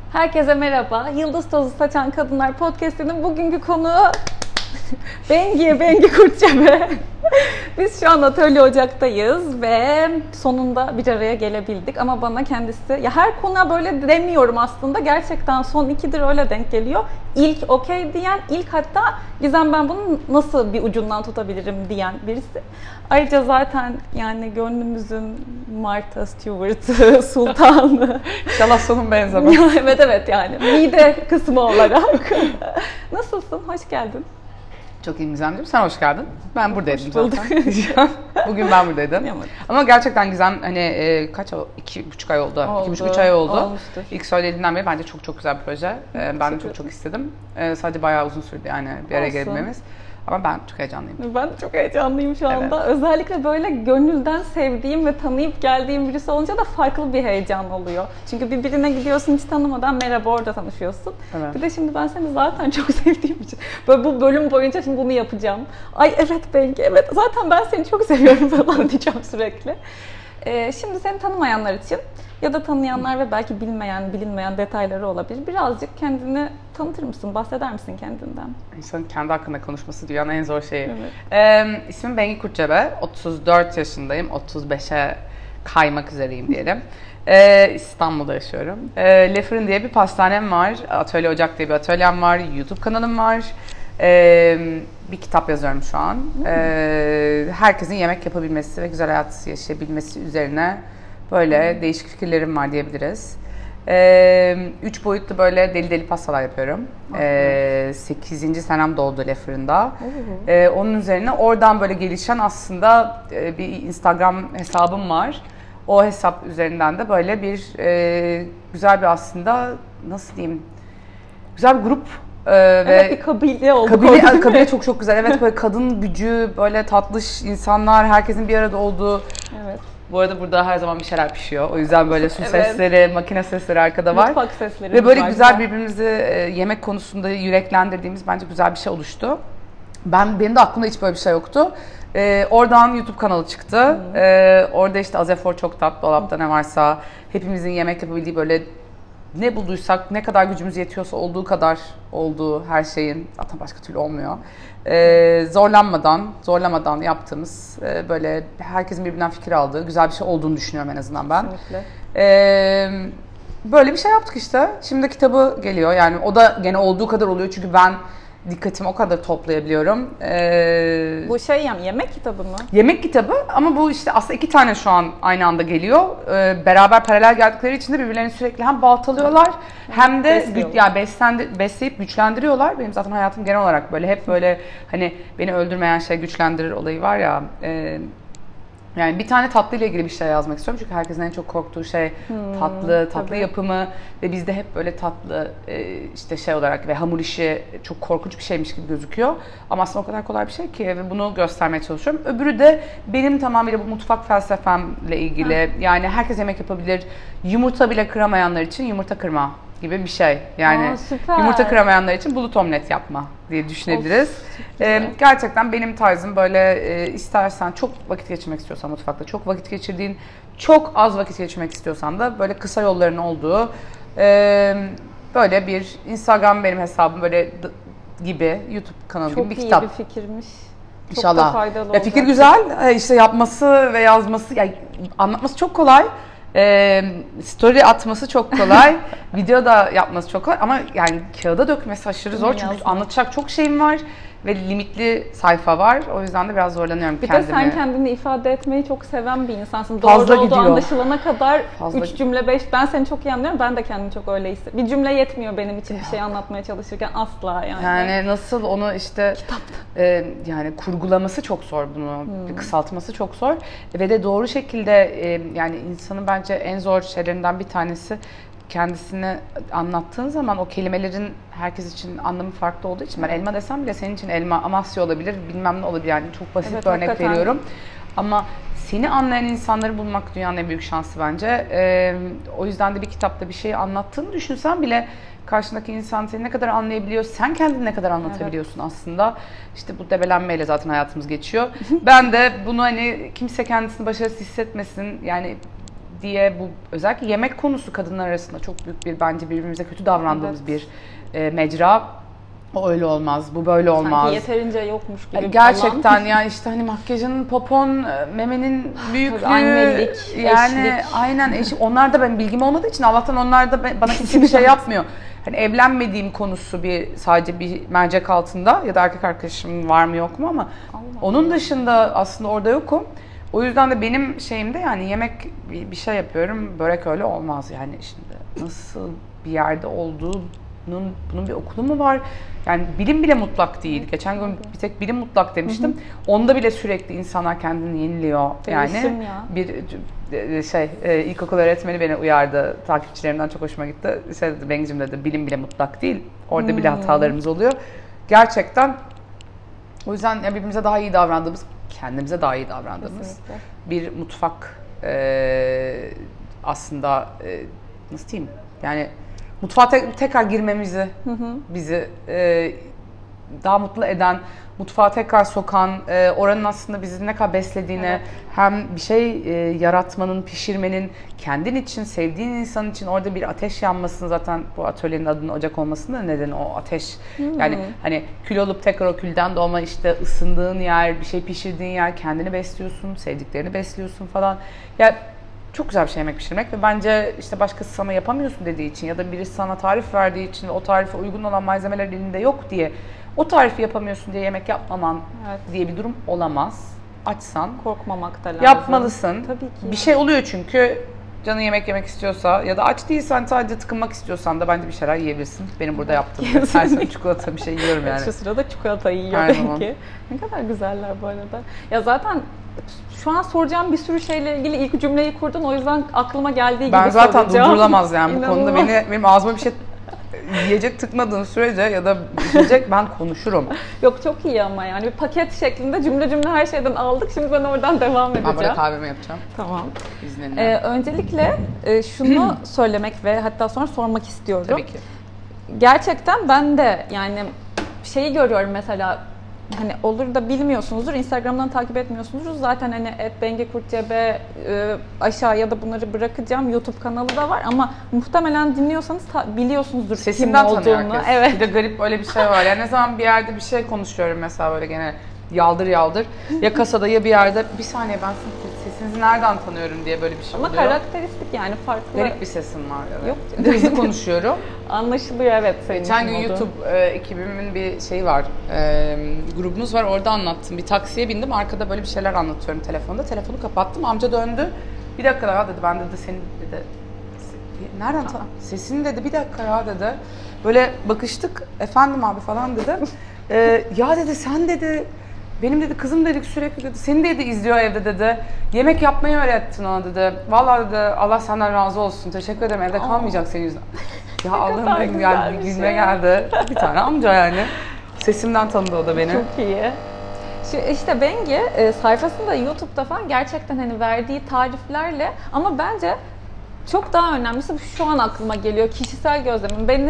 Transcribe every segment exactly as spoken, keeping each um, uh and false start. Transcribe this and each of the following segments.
Herkese merhaba. Yıldız Tozu Saçan Kadınlar Podcast'inin bugünkü konuğu Bengi, Bengi Kurtçebe. Biz şu an Atölye Ocak'tayız ve sonunda bir araya gelebildik ama bana kendisi, ya her konuya böyle demiyorum aslında, gerçekten son ikidir öyle denk geliyor. İlk okey diyen, ilk hatta Gizem ben bunu nasıl bir ucundan tutabilirim diyen birisi. Ayrıca zaten yani gönlümüzün Martha Stewart'ı, sultanı. İnşallah sonun benzemez. Evet evet yani mide kısmı olarak. Nasılsın? Hoş geldin. Çok iyiyim Gizemciğim. Sen hoş geldin. Ben buradaydım Hoş bulduk. zaten. Bugün ben buradaydım. Yamadım. Ama gerçekten Gizem hani e, kaç ay, iki buçuk ay oldu. Oldu. İki buçuk üç ay oldu. Olmuştur. İlk söylediğinden beri bence çok çok güzel bir proje. E, ben de çok çok istedim. E, sadece bayağı uzun sürdü yani bir araya Olsun. gelebilmemiz. Ama ben çok heyecanlıyım. Ben de çok heyecanlıyım şu anda. Evet. Özellikle böyle gönülden sevdiğim ve tanıyıp geldiğim birisi olunca da farklı bir heyecan oluyor. Çünkü birbirine gidiyorsun hiç tanımadan, merhaba, orada tanışıyorsun. Evet. Bir de şimdi ben seni zaten çok sevdiğim için böyle bu bölüm boyunca şimdi bunu yapacağım. Ay evet Bengi, evet zaten ben seni çok seviyorum falan diyeceğim sürekli. Ee, şimdi seni tanımayanlar için ya da tanıyanlar ve belki bilmeyen, bilinmeyen detayları olabilir. Birazcık kendini tanıtır mısın, bahseder misin kendinden? İnsanın kendi hakkında konuşması dünyanın en zor şeyi. Evet. Ee, ismim Bengi Kurtçebe. otuz dört yaşındayım. otuz beşe kaymak üzereyim diyelim. Ee, İstanbul'da yaşıyorum. Ee, Le Fırın diye bir pastanem var. Atölye Ocak diye bir atölyem var. YouTube kanalım var. Ee, bir kitap yazıyorum şu an. Ee, herkesin yemek yapabilmesi ve güzel hayat yaşayabilmesi üzerine böyle değişik fikirlerim var diyebiliriz. Ee, üç boyutlu böyle deli deli pastalar yapıyorum. Ee, sekizinci senem doldu Le Fırın'da. Ee, onun üzerine oradan böyle gelişen aslında e, bir Instagram hesabım var. O hesap üzerinden de böyle bir e, güzel bir aslında nasıl diyeyim güzel bir grup e, Evet, ve bir kabile oldu. kabile, kabile çok çok güzel. Evet, böyle kadın gücü, böyle tatlış insanlar, herkesin bir arada olduğu. Evet. Bu arada burada her zaman bir şeyler pişiyor. O yüzden böyle su Evet. sesleri, makine sesleri arkada var. Mutfak sesleri. Ve böyle var, güzel birbirimizi e, yemek konusunda yüreklendirdiğimiz bence güzel bir şey oluştu. Ben benim de aklımda hiç böyle bir şey yoktu. Ee, oradan YouTube kanalı çıktı. Ee, orada işte Az Efor Çok Tat, dolapta ne varsa, hepimizin yemek yapabildiği böyle ne bulduysak, ne kadar gücümüz yetiyorsa olduğu kadar olduğu her şeyin, zaten başka türlü olmuyor. Ee, zorlanmadan, zorlamadan yaptığımız e, böyle herkesin birbirinden fikir aldığı güzel bir şey olduğunu düşünüyorum en azından ben. Kesinlikle. Ee, böyle bir şey yaptık işte. Şimdi kitabı geliyor yani o da gene olduğu kadar oluyor çünkü ben dikkatimi o kadar toplayabiliyorum. Ee, Bu şey yani yemek kitabı mı? Yemek kitabı ama bu işte aslında iki tane şu an aynı anda geliyor. Ee, beraber paralel geldikleri için de birbirlerini sürekli hem baltalıyorlar hem de besliyorlar. gü- yani beslendi, besleyip güçlendiriyorlar. Benim zaten hayatım genel olarak böyle hep böyle hani beni öldürmeyen şey güçlendirir olayı var ya. E, Yani bir tane tatlı ile ilgili bir şey yazmak istiyorum çünkü herkesin en çok korktuğu şey tatlı, tatlı tabii. yapımı ve bizde hep böyle tatlı e, işte şey olarak ve hamur işi çok korkunç bir şeymiş gibi gözüküyor. Ama aslında o kadar kolay bir şey ki ve bunu göstermeye çalışıyorum. Öbürü de benim tamamıyla bu mutfak felsefemle ilgili. Yani herkes yemek yapabilir. Yumurta bile kıramayanlar için yumurta kırma gibi bir şey. Yani Aa, süper. yumurta kıramayanlar için bulut omlet yapma diye düşünebiliriz. Of, çok Ee, güzel. gerçekten benim tarzım böyle e, istersen çok vakit geçirmek istiyorsan mutfakta, çok vakit geçirdiğin, çok az vakit geçirmek istiyorsan da böyle kısa yolların olduğu e, böyle bir Instagram benim hesabım böyle d- gibi YouTube kanalı Çok gibi bir iyi kitap. bir fikirmiş. Çok İnşallah. da faydalı Ya fikir olacak. güzel, e, işte yapması ve yazması, yani anlatması çok kolay. E, story atması çok kolay, video da yapması çok kolay ama yani kağıda dökmesi aşırı zor çünkü Yazmak. anlatacak çok şeyim var ve limitli sayfa var. O yüzden de biraz zorlanıyorum Bir kendimi. de sen kendini ifade etmeyi çok seven bir insansın. Fazla Doğru olduğu gidiyor. anlaşılana kadar Fazla üç cümle, beş. Ben seni çok iyi anlıyorum. Ben de kendimi çok öyle hissediyorum. Bir cümle yetmiyor benim için bir şey anlatmaya çalışırken asla yani. Yani nasıl onu işte e, yani kurgulaması çok zor bunu, Hmm. kısaltması çok zor ve de doğru şekilde e, yani insanın bence en zor şeylerinden bir tanesi kendisini anlattığın zaman o kelimelerin herkes için anlamı farklı olduğu için ben elma desem bile senin için elma Amasya olabilir, bilmem ne olabilir yani çok basit Evet, bir örnek hakikaten. veriyorum. Ama seni anlayan insanları bulmak dünyanın en büyük şansı bence. Ee, o yüzden de bir kitapta bir şeyi anlattığını düşünsen bile karşındaki insan seni ne kadar anlayabiliyor, sen kendini ne kadar anlatabiliyorsun aslında. İşte bu debelenmeyle zaten hayatımız geçiyor. Ben de bunu hani kimse kendisini başarısız hissetmesin, yani diye bu özellikle yemek konusu kadınlar arasında çok büyük bir bence birbirimize kötü davrandığımız Evet. bir e, mecra. O öyle olmaz, bu böyle olmaz. Sanki yeterince yokmuş gibi Yani gerçekten falan. yani işte hani makyajın, popon, memenin büyüklüğü, Tabii annelik, yani eşlik. aynen eş, onlar da benim bilgim olmadığı için Allah'tan onlar da bana kimse bir şey yapmıyor. Hani evlenmediğim konusu bir sadece bir mercek altında ya da erkek arkadaşım var mı yok mu ama Allah onun dışında aslında orada yokum. O yüzden de benim şeyimde yani yemek bir, bir şey yapıyorum, börek öyle olmaz yani şimdi nasıl bir yerde olduğunun bunun bir okulu mu var? Yani bilim bile mutlak değil. Geçen gün bir tek bilim mutlak demiştim. Hı hı. Onda bile sürekli insanlar kendini yeniliyor. Yani Değişim ya. bir şey ilkokul öğretmeni beni uyardı. Takipçilerimden çok hoşuma gitti. Şey dedi, Bengicim dedi bilim bile mutlak değil. Orada hmm. bile hatalarımız oluyor. Gerçekten o yüzden birbirimize daha iyi davrandığımız, kendimize daha iyi davrandığımız kesinlikle. Bir mutfak e, aslında e, nasıl diyeyim? Yani mutfağa te- tekrar girmemizi, hı hı. bizi e, daha mutlu eden, mutfağa tekrar sokan, e, oranın aslında bizi ne kadar beslediğine, evet. hem bir şey e, yaratmanın, pişirmenin, kendin için, sevdiğin insan için orada bir ateş yanmasını zaten bu atölyenin adının ocak olmasının da nedeni o ateş. Hmm. Yani hani kül olup tekrar o külden doğma işte ısındığın yer, bir şey pişirdiğin yer, kendini besliyorsun, sevdiklerini besliyorsun falan. Yani çok güzel bir şey yemek pişirmek ve bence işte başkası sana yapamıyorsun dediği için ya da birisi sana tarif verdiği için ve o tarife uygun olan malzemeler elinde yok diye o tarifi yapamıyorsun diye yemek yapmaman evet. diye bir durum olamaz. Açsan korkmamak da lazım. Yapmalısın. Tabii ki. Bir şey oluyor çünkü canın yemek yemek istiyorsa ya da aç değilsen sadece tıkınmak istiyorsan da bence bir şeyler yiyebilirsin. Benim burada yaptığım her zaman çikolata bir şey yiyorum yani. Şu sırada çikolata yiyor belki. Ne kadar güzeller bu arada. Ya zaten şu an soracağım bir sürü şeyle ilgili ilk cümleyi kurdun. O yüzden aklıma geldiği gibi ben soracağım. Ben zaten durdurulamaz yani bu konuda. İnanılmaz. Beni, benim ağzıma bir şey yiyecek tıkmadığın sürece ya da yiyecek ben konuşurum. Yok çok iyi ama yani bir paket şeklinde cümle cümle her şeyden aldık. Şimdi ben oradan devam edeceğim. Ben böyle kahvemi yapacağım. Tamam. İzninle. Ee, öncelikle e, şunu söylemek ve hatta sonra sormak istiyorum. Tabii ki. Gerçekten ben de yani şeyi görüyorum mesela hani olur da bilmiyorsunuzdur, Instagram'dan takip etmiyorsunuzdur. Zaten hani et Bengi Kurtcebe e, aşağıya da bunları bırakacağım. YouTube kanalı da var ama muhtemelen dinliyorsanız ta- biliyorsunuzdur sesimden kim olduğunu. Herkes. Evet. Bir de garip öyle bir şey var. Yani ne zaman bir yerde bir şey konuşuyorum mesela böyle gene yaldır yaldır. Ya kasada ya bir yerde bir saniye ben sesinizi nereden tanıyorum diye böyle bir şey ama oluyor. Ama karakteristik yani farklı. Garip bir sesim var. Evet. Yok. Bir de hızlı konuşuyorum. Anlaşılıyor evet. Geçen gün YouTube e, ekibimin bir şeyi var. E, grubumuz var orada anlattım. Bir taksiye bindim arkada böyle bir şeyler anlatıyorum telefonda. Telefonu kapattım amca döndü. Bir dakika ya dedi ben dedi senin dedi. Nereden ta- sesini dedi bir dakika ya dedi. Böyle bakıştık efendim abi falan dedi. e, ya dedi sen dedi benim dedi kızım dedik sürekli dedi seni dedi izliyor evde dedi. Yemek yapmayı öğrettin ona dedi. Vallahi dedi Allah senden razı olsun. Teşekkür ederim evde kalmayacak senin yüzünden. Ya Allah'ım benim yani bir gülme şey. geldi. Bir tane amca yani. Sesimden tanıdı o da beni. Çok iyi. Şu işte Bengi e, sayfasında YouTube'da falan gerçekten hani verdiği tariflerle ama bence çok daha önemlisi şu an aklıma geliyor kişisel gözlemim. Beni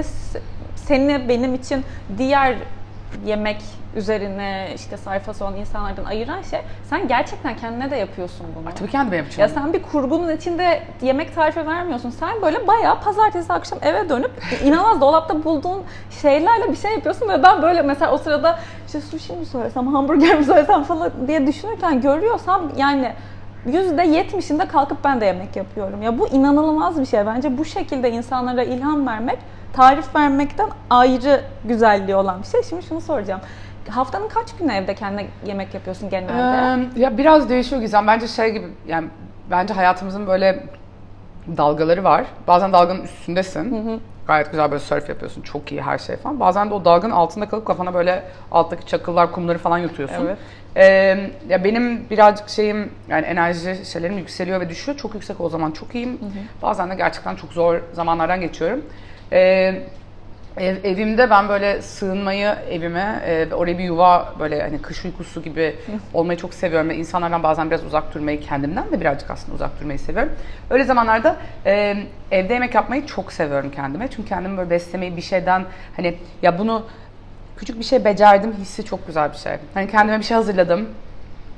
seni benim için diğer yemek üzerine işte sayfası olan insanlardan ayıran şey sen gerçekten kendine de yapıyorsun bunu. Tabii kendime yapacağım. Ya sen bir kurgunun içinde yemek tarifi vermiyorsun. Sen böyle bayağı pazartesi akşam eve dönüp inanılmaz dolapta bulduğun şeylerle bir şey yapıyorsun ve ben böyle mesela o sırada işte sushi mi söylesem, hamburger mi söylesem falan diye düşünürken görüyorsam yani yüzde yetmişinde kalkıp ben de yemek yapıyorum. Ya bu inanılmaz bir şey. Bence bu şekilde insanlara ilham vermek, tarif vermekten ayrı güzelliği olan bir şey. Şimdi şunu soracağım. Haftanın kaç günü evde kendine yemek yapıyorsun genelde? Ee, ya biraz değişiyor Gizem. Bence şey gibi yani bence hayatımızın böyle dalgaları var. Bazen dalganın üstündesin. Hı hı. Gayet güzel böyle surf yapıyorsun. Çok iyi her şey falan. Bazen de o dalganın altında kalıp kafana böyle alttaki çakıllar, kumları falan yutuyorsun. Evet. Ee, ya benim birazcık şeyim yani enerji şeylerim yükseliyor ve düşüyor. Çok yüksek o zaman çok iyiyim. Hı hı. Bazen de gerçekten çok zor zamanlardan geçiyorum. Ee, Ev, evimde ben böyle sığınmayı evime, e, oraya bir yuva böyle hani kış uykusu gibi olmayı çok seviyorum ve insanlardan bazen biraz uzak durmayı, kendimden de birazcık aslında uzak durmayı seviyorum. Öyle zamanlarda e, evde yemek yapmayı çok seviyorum kendime. Çünkü kendimi böyle beslemeyi bir şeyden hani ya bunu küçük bir şey becerdim hissi çok güzel bir şey. Hani kendime bir şey hazırladım.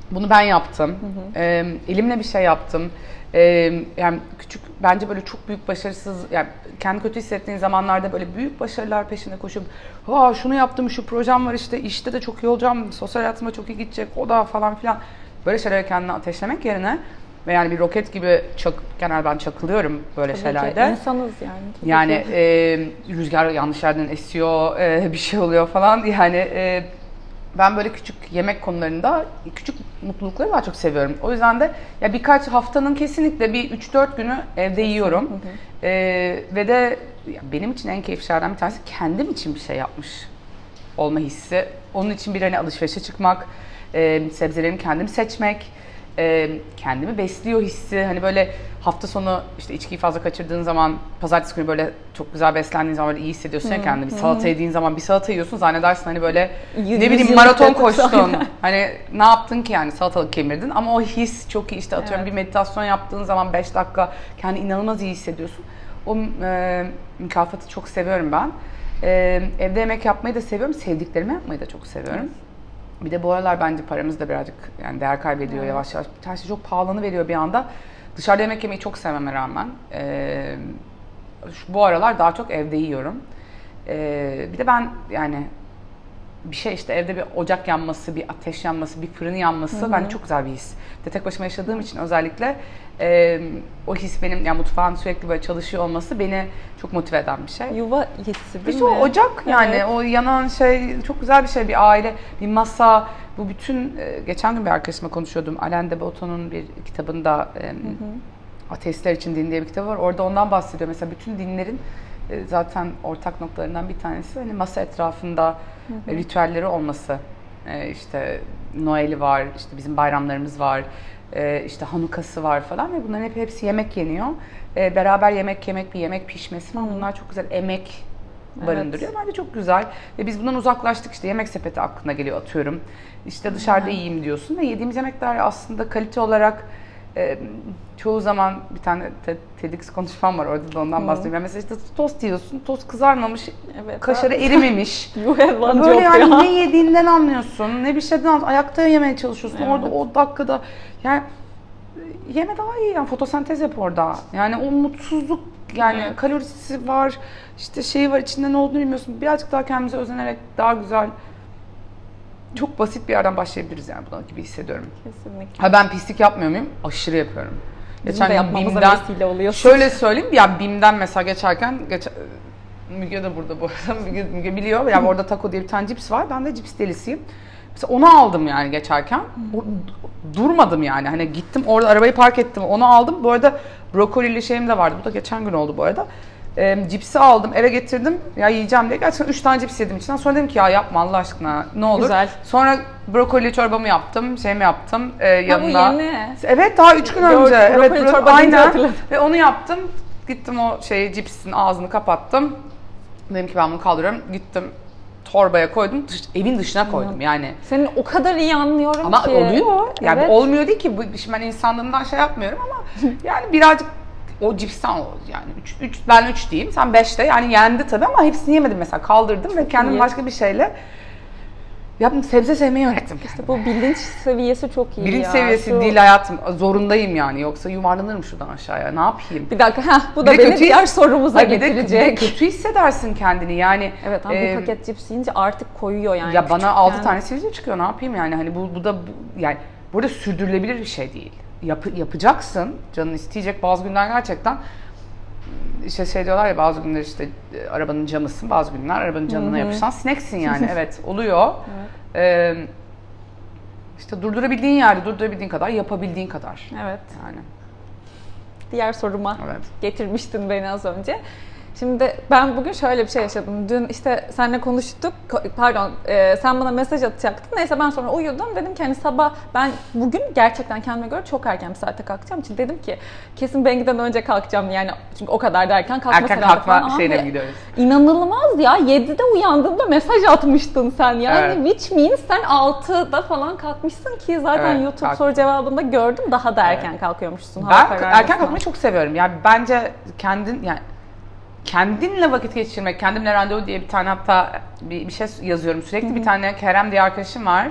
Bunu ben yaptım. Hı hı. E, elimle bir şey yaptım. E, yani küçük, bence böyle çok büyük başarısız, yani kendi kötü hissettiğin zamanlarda böyle büyük başarılar peşinde koşup, ha şunu yaptım, şu projem var işte, işte de çok iyi olacağım, sosyal hayatıma çok iyi gidecek, o da falan filan. Böyle şeylere kendini ateşlemek yerine ve yani bir roket gibi çak, genel ben çakılıyorum böyle tabii şeylerde. Ki, insanız yani. Tabii yani ki. E, rüzgar yanlış yerden esiyor, e, bir şey oluyor falan. Yani e, ben böyle küçük yemek konularında küçük mutlulukları daha çok seviyorum. O yüzden de ya birkaç haftanın kesinlikle bir üç dört günü evde yiyorum. Hı hı. Ee, ve de ya benim için en keyifli şeylerden bir tanesi kendim için bir şey yapmış olma hissi. Onun için bir hani alışverişe çıkmak, e, sebzelerimi kendim seçmek, e, kendimi besliyor hissi. Hani böyle hafta sonu işte içkiyi fazla kaçırdığın zaman, pazartesi günü böyle çok güzel beslendiğin zaman böyle iyi hissediyorsun ya kendini. Bir salata yediğin zaman bir salata yiyorsun, zannedersin hani böyle y- ne bileyim maraton koştun. Hani ne yaptın ki yani, salatalık kemirdin, ama o his çok iyi. İşte atıyorum evet. Bir meditasyon yaptığın zaman beş dakika kendini inanılmaz iyi hissediyorsun. O e, mükafatı çok seviyorum ben. E, evde yemek yapmayı da seviyorum, sevdiklerimi yapmayı da çok seviyorum. Evet. Bir de bu aralar bence paramız da birazcık yani değer kaybediyor evet. yavaş yavaş. Her şey çok pahalanı veriyor bir anda. Dışarıda yemek yemeyi çok sevmeme rağmen e, şu, bu aralar daha çok evde yiyorum. E, bir de ben yani bir şey işte evde bir ocak yanması, bir ateş yanması, bir fırın yanması Hı-hı. bence çok güzel bir his. De tek başıma yaşadığım için özellikle e, o his benim, yani mutfağın sürekli böyle çalışıyor olması beni çok motive eden bir şey. Yuva hissi değil işte mi? O ocak yani evet. O yanan şey çok güzel bir şey, bir aile, bir masa. Bu bütün e, geçen gün bir arkadaşımla konuşuyordum. Alain de Botton'un bir kitabında e, Ateistler için Din diye bir kitabı var. Orada ondan bahsediyor. Mesela bütün dinlerin e, zaten ortak noktalarından bir tanesi hani masa etrafında hı hı. ritüelleri olması. E, işte Noel'i var, işte bizim bayramlarımız var, e, işte Hanukası var falan ve bunların hep hepsi yemek yeniyor. E, beraber yemek yemek, bir yemek pişmesi falan, bunlar çok güzel emek barındırıyor. Evet. Bence çok güzel. Ve biz bundan uzaklaştık. İşte yemek sepeti aklına geliyor, atıyorum. İşte dışarıda hmm. yiyeyim diyorsun ve yediğimiz yemekler aslında kalite olarak e, çoğu zaman bir tane TEDx konuşmam var, orada da ondan hmm. bahsediyorum. Yani mesela işte tost yiyorsun, tost kızarmamış, evet, kaşarı evet. erimemiş. Böyle yani ya. Ne yediğinden anlıyorsun, ne bir şeyden anlıyorsun. Ayakta yemeye çalışıyorsun. Evet. Orada o dakikada yani yeme daha iyi, yani fotosentez yap orada. Yani o mutsuzluk, yani evet. kalorisi var, işte şeyi var, içinde ne olduğunu bilmiyorsun. Birazcık daha kendimize özenerek daha güzel, çok basit bir yerden başlayabiliriz yani buna gibi hissediyorum. Kesinlikle. Ha ben pislik yapmıyor muyum? Aşırı yapıyorum. Bizim geçen de yapmamıza vesile oluyorsun. Şöyle söyleyeyim ya, BİM'den mesela geçerken, geç, Müge de burada bu arada, Müge, Müge biliyor. Yani orada taco diye bir tane cips var. Ben de cips delisiyim. Mesela onu aldım yani geçerken. O, durmadım yani. Hani gittim orada arabayı park ettim. Onu aldım. Bu arada brokolili şeyim de vardı. Bu da geçen gün oldu bu arada. E, cipsi aldım, eve getirdim. Ya yiyeceğim diye. Gerçekten üç tane cips yedim içinden. Sonra dedim ki ya yapma Allah aşkına, ne olur. Güzel. Sonra brokoli çorbamı yaptım, şeyimi yaptım. E, yanında. Ha bu yeni. Evet, daha üç gün Yo, önce. Evet, brokoli çorba aynen. Ve onu yaptım. Gittim o şeyi, cipsin ağzını kapattım. Dedim ki ben bunu kaldırıyorum. Gittim torbaya koydum, dış, evin dışına koydum yani. Senin o kadar iyi anlıyorum ama ki. Ama oluyor. Yani evet. Olmuyor değil ki. Bu, şimdi ben insanlığımdan şey yapmıyorum ama yani birazcık o cipsten yani üç, üç, ben üç diyeyim, sen beş de, yani yendi tabii ama hepsini yemedim mesela, kaldırdım ve kendim iyi. Başka bir şeyle yaptım, sebze sevmeyi öğrettim. İşte bu bilinç seviyesi çok iyi bilinç ya. seviyesi Şu... değil hayatım, zorundayım yani, yoksa yuvarlanırım şuradan aşağıya, ne yapayım? Bir dakika, heh, bu da beni kötü, diğer sorumuza hayır, getirecek. Bir de, bir de kötü hissedersin kendini yani. Evet ama e, bu paket cips yiyince artık koyuyor yani. Ya bana altı tane sivilce çıkıyor, ne yapayım yani, hani bu, bu da bu, yani burada sürdürülebilir bir şey değil. Yap, yapacaksın, canın isteyecek bazı günler gerçekten. İşte şey diyorlar ya, bazı günler işte arabanın camısın, bazı günler arabanın camına Hı-hı. yapışan sineksin yani. Evet, oluyor. Evet. Ee, işte durdurabildiğin yerde, durdurabildiğin kadar, yapabildiğin kadar. Evet. Yani. Diğer soruma evet. getirmiştin beni az önce. Şimdi ben bugün şöyle bir şey yaşadım. Dün işte seninle konuştuk. Pardon, e, sen bana mesaj atacaktın. Neyse ben sonra uyudum. Dedim ki hani sabah ben bugün gerçekten kendime göre çok erken bir saate kalkacağım için dedim ki kesin Bengi'den önce kalkacağım yani, çünkü o kadar da erken kalkma erken kalkma şeyine mi gidiyoruz? İnanılmaz ya, yedide uyandığımda mesaj atmıştın sen yani, evet. Which means sen altıda falan kalkmışsın ki zaten evet, YouTube kalk. soru cevabında gördüm, daha da erken evet. kalkıyormuşsun. Ben erken kalkmayı çok seviyorum yani, bence kendin yani kendinle vakit geçirmek, kendimle randevu diye bir tane hatta bir, bir şey yazıyorum sürekli. Hı hı. Bir tane Kerem diye arkadaşım var.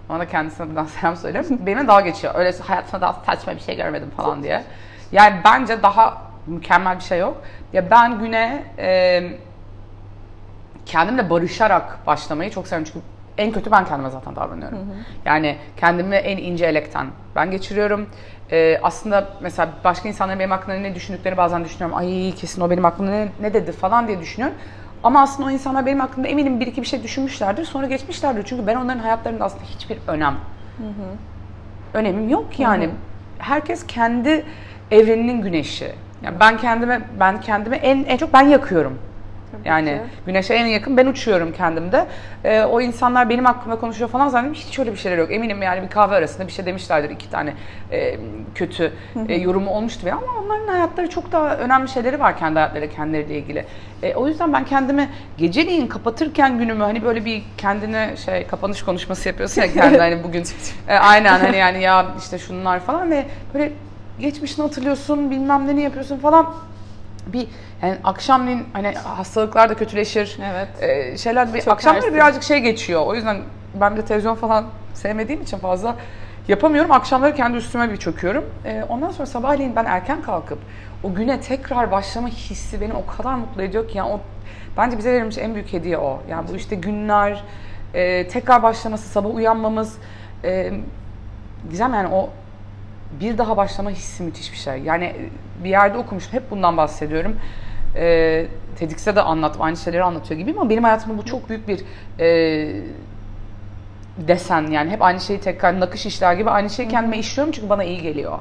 Ona da kendisine buradan selam söylerim. Benimle dalga geçiyor. Öyle hayatımda daha saçma bir şey görmedim falan diye. Yani bence daha mükemmel bir şey yok. Ya ben güne e, kendimle barışarak başlamayı çok seviyorum. Çünkü en kötü ben kendime zaten davranıyorum. Hı hı. Yani kendimi en ince elekten ben geçiriyorum. Ee, aslında mesela başka insanların benim hakkında ne düşündüklerini bazen düşünüyorum. Ay kesin o benim hakkımda ne, ne dedi falan diye düşünüyorum. Ama aslında o insanlar benim hakkında eminim bir iki bir şey düşünmüşlerdir. Sonra geçmişlerdir. Çünkü ben onların hayatlarında aslında hiçbir önem. Hı hı. Önemim yok yani. Hı hı. Herkes kendi evreninin güneşi. Yani ben kendime ben kendime en en çok ben yakıyorum. Tabii yani ki. Güneşe en yakın ben uçuyorum kendimde. Ee, o insanlar benim hakkımda konuşuyor falan zannediyorum. Hiç öyle bir şeyler yok. Eminim yani bir kahve arasında bir şey demişlerdir. iki tane e, kötü e, yorumu olmuştu ama onların hayatları çok daha önemli şeyleri var kendi hayatları, kendileriyle ilgili. E, o yüzden ben kendimi geceliğin kapatırken günümü hani böyle bir kendine şey kapanış konuşması yapıyorsun ya kendi hani bugün e, aynen hani yani ya işte şunlar falan ve böyle geçmişini hatırlıyorsun bilmem ne yapıyorsun falan. Bir yani akşamleyin hani hastalıklar da kötüleşir. Evet. Ee, şeyler bir akşamları birazcık şey geçiyor. O yüzden ben de televizyon falan sevmediğim için fazla yapamıyorum. Akşamları kendi üstüme bir çöküyorum. Ee, ondan sonra sabahleyin ben erken kalkıp o güne tekrar başlama hissi beni o kadar mutlu ediyor ki yani o bence bize verilmiş en büyük hediye o. Yani bu işte günler e, tekrar başlaması, sabah uyanmamız e, Gizem yani o bir daha başlama hissi müthiş bir şey. Yani bir yerde okumuştum, hep bundan bahsediyorum. E, TEDx'te de anlattım, aynı şeyleri anlatıyor gibiyim ama benim hayatımda bu çok büyük bir e, desen. Yani hep aynı şeyi tekrar, nakış işler gibi aynı şeyi kendime işliyorum çünkü bana iyi geliyor.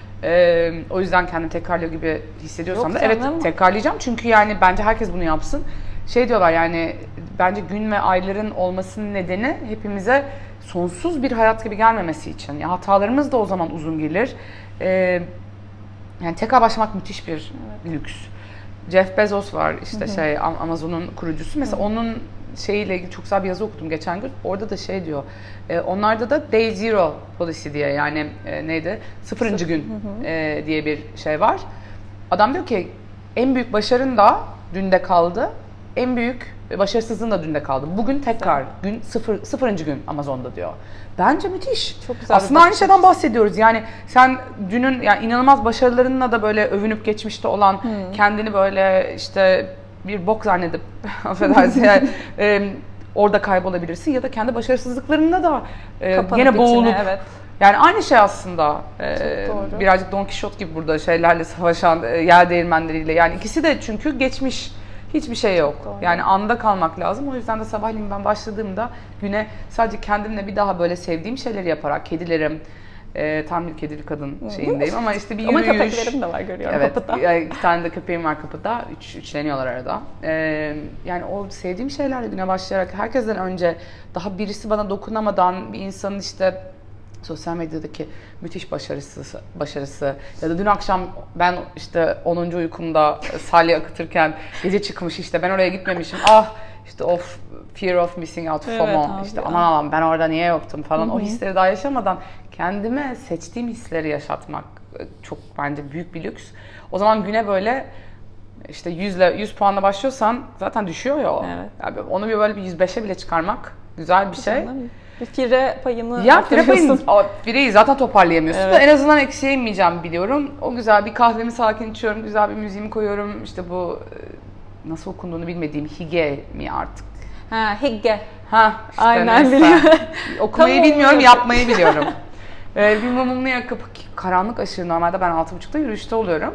E, o yüzden kendimi tekrarlıyor gibi hissediyorsam Yok da evet tekrarlayacağım çünkü yani bence herkes bunu yapsın. Şey diyorlar yani bence gün ve ayların olmasının nedeni hepimize sonsuz bir hayat gibi gelmemesi için. Ya hatalarımız da o zaman uzun gelir. Ee, yani tekrar başlamak müthiş bir evet. lüks. Jeff Bezos var işte hı hı. şey Amazon'un kurucusu. Mesela hı hı. onun şeyiyle ilgili çok güzel bir yazı okudum geçen gün. Orada da şey diyor. E, onlarda da Day Zero Policy diye yani e, neydi? Sıfırıncı gün hı hı. E, diye bir şey var. Adam diyor ki en büyük başarın da dünde kaldı. En büyük başarısızlığın da dünde kaldı. Bugün tekrar gün sıfır, sıfırıncı gün Amazon'da diyor. Bence müthiş. Çok güzel. Aslında aynı şeyden bahsediyoruz. Yani sen dünün yani inanılmaz başarılarınla da böyle övünüp geçmişte olan hmm. kendini böyle işte bir bok zannedip affedersin yani e, orada kaybolabilirsin ya da kendi başarısızlıklarında da e, yine boğulup içine, evet. Yani aynı şey aslında. Ee, birazcık Don Quixote gibi burada şeylerle savaşan e, yer değirmenleriyle. Yani ikisi de çünkü geçmiş. Hiçbir şey yok. Doğru. Yani anda kalmak lazım. O yüzden de sabahleyin ben başladığımda güne sadece kendimle bir daha böyle sevdiğim şeyleri yaparak, kedilerim, e, tam bir kedili kadın şeyindeyim ama işte bir yürüyüş. Ama köpeklerim de var görüyorum evet, kapıda. Evet, iki tane de köpeğim var kapıda. Üç, üçleniyorlar arada. Ee, yani o sevdiğim şeylerle güne başlayarak herkesten önce daha birisi bana dokunamadan bir insanın işte sosyal medyadaki müthiş başarısı, başarısı ya da dün akşam ben işte onuncu uykumda salya akıtırken gece çıkmış işte ben oraya gitmemişim ah işte of fear of missing out FOMO evet, işte aman aman ben orada niye yoktum falan Hı-hı. o hisleri daha yaşamadan kendime seçtiğim hisleri yaşatmak çok bence büyük bir lüks. O zaman güne böyle işte yüzle yüz puanla başlıyorsan zaten düşüyor ya o. Evet. Yani onu bir böyle bir yüz beşe bile çıkarmak güzel bir şey. Bir fire payını ya fire payını, fireyi zaten toparlayamıyorsun evet. da en azından eksiğe inmeyeceğim biliyorum. O güzel bir kahvemi sakin içiyorum, güzel bir müziğimi koyuyorum. İşte bu nasıl okunduğunu bilmediğim hige mi artık? Ha, higge. Ha, işte aynen biliyorum. Okumayı bilmiyorum, yapmayı biliyorum. ee, bir mumunu yakıp karanlık aşırı normalde ben altı buçukta yürüyüşte oluyorum.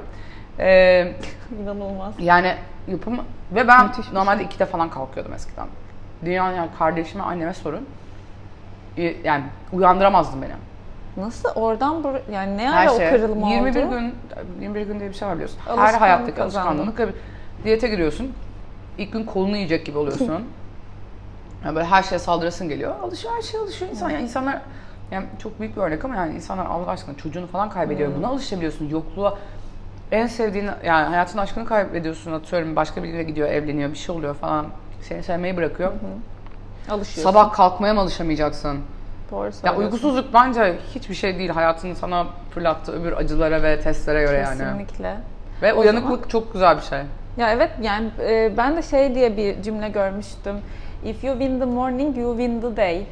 Ee, İnanılmaz. Yani yapım ve ben müthiş normalde ikide falan kalkıyordum eskiden. Dünyanın yani kardeşime, anneme sorun. Yani uyandıramazdım beni. Nasıl oradan bur yani ne ara şey, o kırılma oldu? yirmi bir gün yirmi bir gün diye bir şey var biliyorsun. Alışkanlık her hayattaki alışkanlığını diyete giriyorsun. İlk gün kolunu yiyecek gibi oluyorsun. Yani böyle her şeye saldırasın geliyor. Alışıyor her şeye alışıyor insan. Yani insanlar yani çok büyük bir örnek ama yani insanlar Allah aşkına çocuğunu falan kaybediyor. Hmm. Buna alışabiliyorsun. Yokluğa en sevdiğin yani hayatın aşkını kaybediyorsun. Atıyorum başka biriyle gidiyor, evleniyor, bir şey oluyor falan. Seni sevmeyi bırakıyor. Hı hı. Alışıyorsun. Sabah kalkmaya mı alışamayacaksın? Doğru söylüyorsun. Ya uygusuzluk bence hiçbir şey değil. Hayatını sana fırlattığı öbür acılara ve testlere göre Kesinlikle. yani. Kesinlikle. Ve o uyanıklık zaman, çok güzel bir şey. Ya evet yani e, ben de şey diye bir cümle görmüştüm. If you win the morning, you win the day.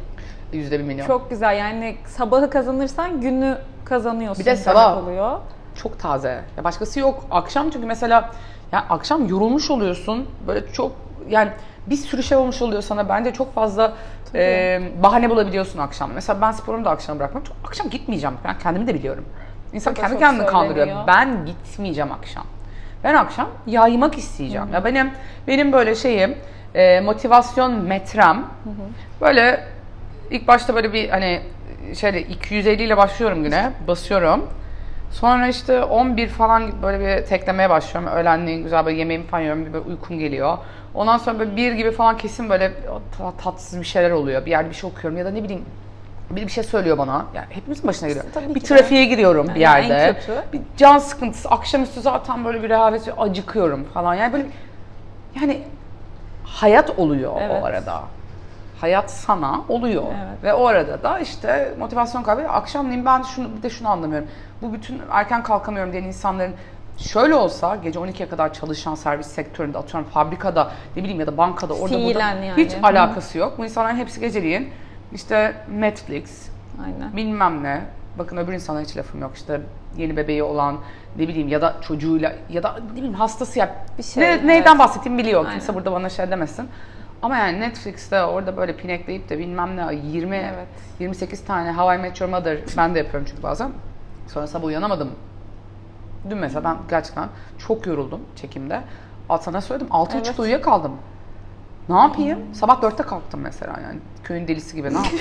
Yüzde bir milyon. Çok güzel yani sabahı kazanırsan günü kazanıyorsun. Bir de sabah oluyor. Çok taze. Ya başkası yok. Akşam çünkü mesela yani akşam yorulmuş oluyorsun. Böyle çok yani bir sürü şey olmuş oluyor sana. Bence çok fazla e, bahane bulabiliyorsun akşam. Mesela ben sporumu da akşam bırakmam. Çok, akşam gitmeyeceğim. Ben kendimi de biliyorum. İnsan Çok kendi çok kendini kandırıyor. söyleniyor. Ben gitmeyeceğim akşam. Ben akşam yaymak isteyeceğim. Hı-hı. Ya benim benim böyle şeyim e, motivasyon metrem. Hı-hı. Böyle ilk başta böyle bir hani şöyle iki yüz elli ile başlıyorum güne. Basıyorum. Sonra işte on bir falan gibi böyle bir teklemeye başlıyorum. Öğlenleyin güzel böyle yemeğimi falan yiyorum. Bir uykum geliyor. Ondan sonra böyle bir gibi falan kesin böyle tatsız bir şeyler oluyor. Bir yerde bir şey okuyorum ya da ne bileyim biri bir şey söylüyor bana. Yani hepimizin başına geliyor. Tabii bir ki trafiğe de. giriyorum Yani bir yerde. en kötü. Bir can sıkıntısı. Akşamüstü zaten böyle bir rehavet, acıkıyorum falan. Yani böyle yani hayat oluyor Evet. o arada. Hayat sana oluyor. Evet. Ve o arada da işte motivasyon kaybı. Akşamleyin ben şunu, bir de şunu anlamıyorum. Bu bütün erken kalkamıyorum diyen insanların şöyle olsa gece on ikiye kadar çalışan servis sektöründe atıyorum fabrikada ne bileyim ya da bankada orada burada yani. hiç Hı. alakası yok. Bu insanların hepsi geceliğin işte Netflix, Aynen. bilmem ne. Bakın öbür insanlara hiç lafım yok. İşte yeni bebeği olan ne bileyim ya da çocuğuyla ya da ne bileyim hastası ya. Bir şey, ne, evet. Neyden bahsettiğimi biliyor. Aynen. Kimse burada bana şey demesin. Ama yani Netflix'te orada böyle pinekleyip de bilmem ne yirmi Evet. yirmi sekiz tane How I Met Your Mother ben de yapıyorum çünkü bazen. Sonra sabah uyanamadım. Dün mesela ben gerçekten çok yoruldum çekimde. Sana söyledim altı buçukta Evet. uyuyakaldım. Ne yapayım? Hmm. Sabah dörtte kalktım mesela yani. Köyün delisi gibi ne yapayım?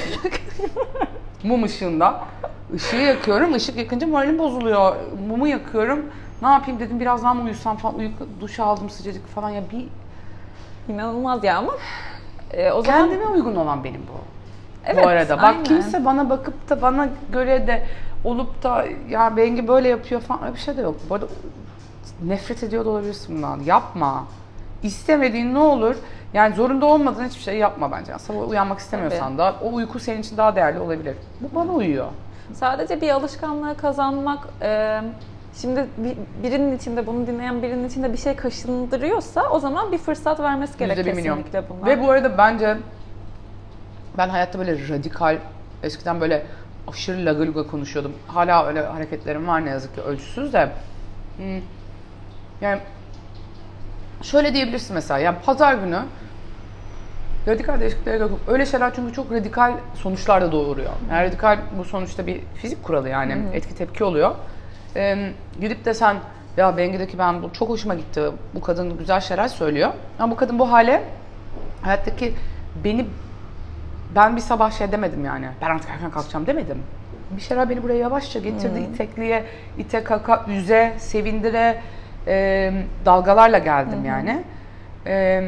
Mum ışığında. Işığı yakıyorum. Işık yakınca moralim bozuluyor. Mumu yakıyorum. Ne yapayım dedim biraz daha mı uyusam falan. Uyku, duş aldım sıcacık falan ya bir... İnanılmaz ya ama e, o zaman... Kendime uygun olan benim bu. Evet, bu arada. Bak aynen. kimse bana bakıp da bana göre de olup da ya Bengi böyle yapıyor falan öyle bir şey de yok. Bu arada nefret ediyor da olabilirsin bundan. Yapma. İstemediğin ne olur? Yani zorunda olmadığın hiçbir şey yapma bence. Yani sabah uyanmak istemiyorsan Tabii. da o uyku senin için daha değerli olabilir. Bu bana uyuyor. Sadece bir alışkanlığı kazanmak, e, şimdi bir, birinin içinde bunu dinleyen birinin içinde bir şey kaşındırıyorsa o zaman bir fırsat vermesi gerek kesinlikle buna. Ve bu arada bence ben hayatta böyle radikal, eskiden böyle aşırı lagaluga konuşuyordum. Hala öyle hareketlerim var ne yazık ki ölçüsüz de. Hmm. Yani şöyle diyebilirsin mesela, yani pazar günü radikal değişikliklere yok. Öyle şeyler çünkü çok radikal sonuçlar da doğuruyor. Yani radikal bu sonuçta bir fizik kuralı yani. Hı hı. Etki tepki oluyor. Ee, gidip de sen ya Bengi'deki ben bu çok hoşuma gitti. Bu kadın güzel şeyler söylüyor. Ama bu kadın bu hale hayattaki beni ben bir sabah şey demedim yani. Ben artık erken kalkacağım demedim. Bir şeyler beni buraya yavaşça getirdi. Hmm. İtekliye, ite kaka, üze, sevindire e, dalgalarla geldim hmm. yani. E,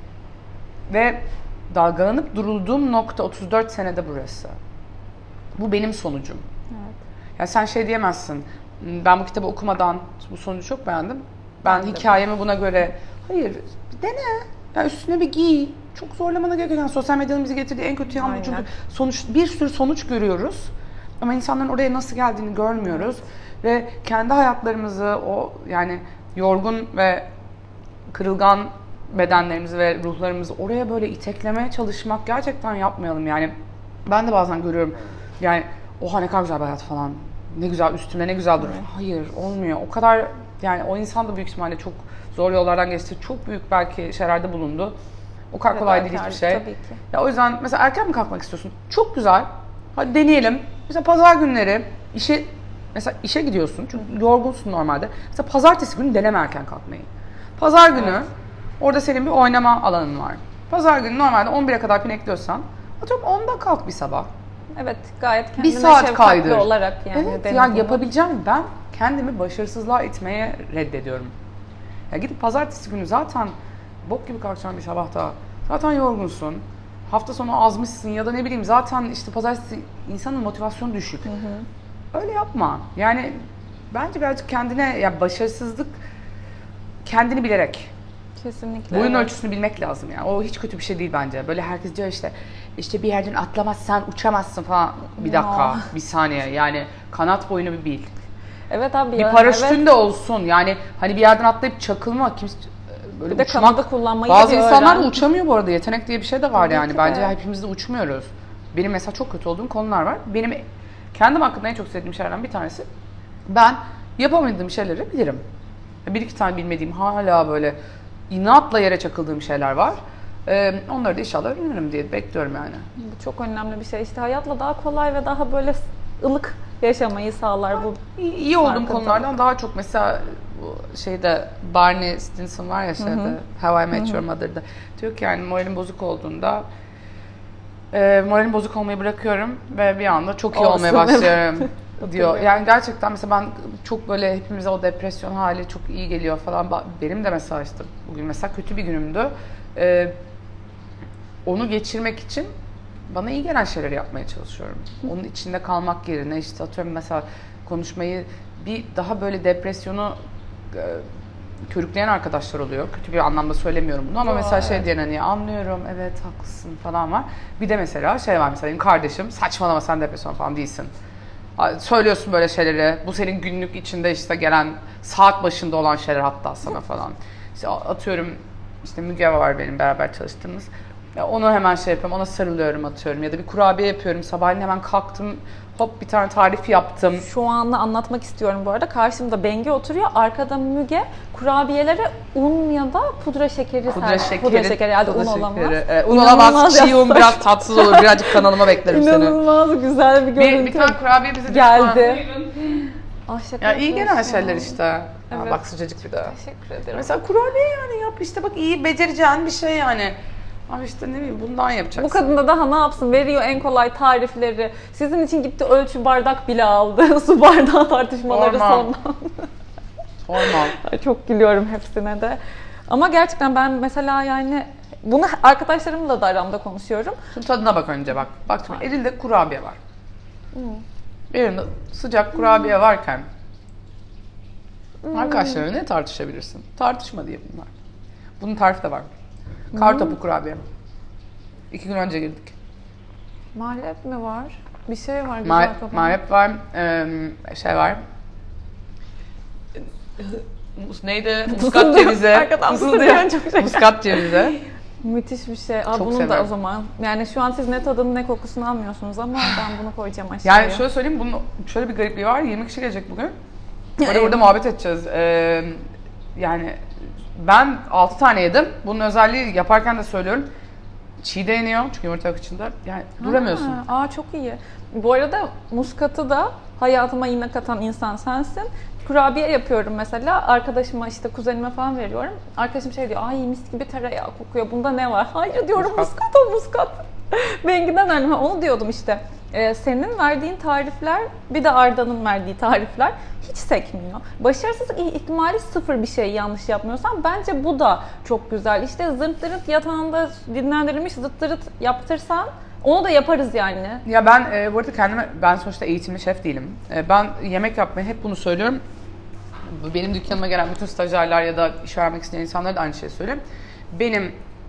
ve dalgalanıp durulduğum nokta otuz dört senede burası. Bu benim sonucum. Evet. Yani sen şey diyemezsin. Ben bu kitabı okumadan bu sonucu çok beğendim. Ben, ben hikayemi buna göre hayır dene. Ya üstüne bir giy. Çok zorlamana gerek yok. Yani sosyal medyanın bizi getirdiği en kötü yanı çünkü sonuç bir sürü sonuç görüyoruz. Ama insanların oraya nasıl geldiğini görmüyoruz. Ve kendi hayatlarımızı o yani yorgun ve kırılgan bedenlerimizi ve ruhlarımızı oraya böyle iteklemeye çalışmak gerçekten yapmayalım yani. Ben de bazen görüyorum yani oha ne kadar güzel bir hayat falan. Ne güzel üstüme ne güzel durur. Hayır olmuyor. O kadar yani o insan da büyük ihtimalle çok zor yollardan geçti. Çok büyük belki şeylerde bulundu. O kadar kolay evet, değil hiçbir şey. Tabii ki. Ya o yüzden mesela erken mi kalkmak istiyorsun? Çok güzel. Hadi deneyelim. Mesela pazar günleri işe mesela işe gidiyorsun çünkü yorgunsun normalde. Mesela pazartesi günü deneme erken kalkmayı. Pazar günü evet. Orada senin bir oynama alanın var. Pazar günü normalde on bire kadar pinekliyorsan atıyorum onda kalk bir sabah. Evet gayet kendine bir saat şefkatli kaydır. olarak yani. Evet yani yapabileceğim ben kendimi başarısızlığa itmeye reddediyorum. Ya gidip pazartesi günü zaten bok gibi kalkacağım bir sabahta. Zaten yorgunsun. Hafta sonu azmışsın ya da ne bileyim zaten işte pazartesi insanın motivasyonu düşük. Hı hı. Öyle yapma. Yani bence birazcık kendine ya başarısızlık kendini bilerek. Kesinlikle. Boyun evet. ölçüsünü bilmek lazım yani. O hiç kötü bir şey değil bence. Böyle herkes diyor işte işte bir yerden atlamazsan uçamazsın falan. Bir dakika, no. bir saniye. Yani kanat boyunu bir bil. Evet abi. Bir ya, paraşütün evet. de olsun. Yani hani bir yerden atlayıp çakılma. Kimse böyle bir de uçmak, kanadı kullanmayı bazı da insanlar öğren. da uçamıyor bu arada. Yetenek diye bir şey de var Tabii yani. Bence de. hepimiz de uçmuyoruz. benim mesela çok kötü olduğum konular var. Benim kendim hakkında en çok sevdiğim şeylerden bir tanesi, ben yapamadığım şeyleri bilirim. Bir iki tane bilmediğim, hala böyle inatla yere çakıldığım şeyler var. Ee, onları da inşallah öğrenirim diye bekliyorum yani. Bu çok önemli bir şey. İşte hayatla daha kolay ve daha böyle ılık yaşamayı sağlar bu. İyi, iyi olduğum farkındalık. konulardan daha çok, mesela bu şeyde Barney Stinson var ya şeyde, Hı hı. How I Met Your Mother'da. Diyor ki yani moralim bozuk olduğunda e, moralim bozuk olmayı bırakıyorum ve bir anda çok iyi Olsun, olmaya başlıyorum diyor. Hatırlıyorum. Yani gerçekten mesela ben çok böyle, hepimize o depresyon hali çok iyi geliyor falan. Ba- Benim de mesela işte bugün mesela kötü bir günümdü. E, onu geçirmek için bana iyi gelen şeyleri yapmaya çalışıyorum. Onun içinde kalmak yerine işte atıyorum mesela konuşmayı, bir daha böyle depresyonu e, körükleyen arkadaşlar oluyor. Kötü bir anlamda söylemiyorum bunu ama Yo, mesela şey evet. diyen hani anlıyorum, evet haklısın falan var. Bir de mesela şey var, mesela benim kardeşim, saçmalama sen depresyon falan değilsin. Söylüyorsun böyle şeyleri, bu senin günlük içinde işte gelen saat başında olan şeyler hatta sana falan. İşte atıyorum, işte Müge var benim beraber çalıştığımız. Ya onu hemen şey yapıyorum, ona sarılıyorum, atıyorum. Ya da bir kurabiye yapıyorum, sabahleyin hemen kalktım, hop bir tane tarif yaptım. Şu anda anlatmak istiyorum bu arada. Karşımda Bengi oturuyor. Arkada Müge kurabiyelere un ya da pudra şekeri Pudra ser- şekeri, Pudra şekeri yani pudra un şekeri. olamaz. Evet, un İnanılmaz olamaz, çiğ un yapsak. biraz tatsız olur. Birazcık kanalıma beklerim seni. İnanılmaz güzel bir görüntü. Bir, bir tane kurabiye bize geldi. Ah, şaka Ya iyi gelen yapıyorsun. şeyler işte. Ha, Evet. bak sıcacık bir de. Teşekkür ederim. Mesela kurabiye yani yap işte, bak iyi becereceğin bir şey yani. Abi işte ne bileyim, bundan yapacaksın. Bu kadın da daha ne yapsın? Veriyor en kolay tarifleri. Sizin için gitti ölçü bardak bile aldı. Su bardağı tartışmaları Normal. sondan. Normal. Ay, çok gülüyorum hepsine de. Ama gerçekten ben mesela yani bunu arkadaşlarımla da aramda konuşuyorum. Şimdi tadına bak önce bak. Bak şimdi elinde kurabiye var. Elinde sıcak kurabiye varken arkadaşlarına ne tartışabilirsin? Tartışma diye bunlar. Bunun tarifi de var. Kartopu kurabiye. İki gün önce girdik. Malep mi var? Bir şey var güzel Ma- kafamda. Marep var, eee, şey var. Mus- Neydi? Muskat cevizi. Arkadan Mısır fısıldayan diyor. çok şey. Muskat cevizi. Müthiş bir şey. Aa, Çok bunun da severim. o zaman. Yani şu an siz ne tadını ne kokusunu almıyorsunuz ama ben bunu koyacağım aşağıya. Yani şöyle söyleyeyim, bunun şöyle bir garipliği var. yirmi kişi gelecek bugün. Orada burada muhabbet edeceğiz. Ee, yani ben altı tane yedim. Bunun özelliği, yaparken de söylüyorum, çiğ de yeniyor çünkü yumurta yok içinde. Yani duramıyorsun. Ha, aa çok iyi. Bu arada muskatı da hayatıma yine katan insan sensin. Kurabiye yapıyorum mesela. Arkadaşıma işte kuzenime falan veriyorum. Arkadaşım şey diyor, ay mis gibi tereyağı kokuyor. Bunda ne var? Hayır diyorum, Muskat. muskat o muskat. Bengi'den öğrendim. Ha, onu diyordum işte. Ee, senin verdiğin tarifler, bir de Arda'nın verdiği tarifler hiç sekmiyor. Başarısızlık ihtimali sıfır bir şey yanlış yapmıyorsan. Bence bu da çok güzel. İşte zırt dırıt yatağında dinlendirilmiş zırt dırıt yaptırsan onu da yaparız yani. Ya ben e, bu arada kendime, ben sonuçta eğitimli şef değilim. E, ben yemek yapmayı hep bunu söylüyorum. Benim dükkanıma gelen bütün stajyerler ya da iş vermek isteyen insanlara da aynı şeyi söylüyorum. Benim,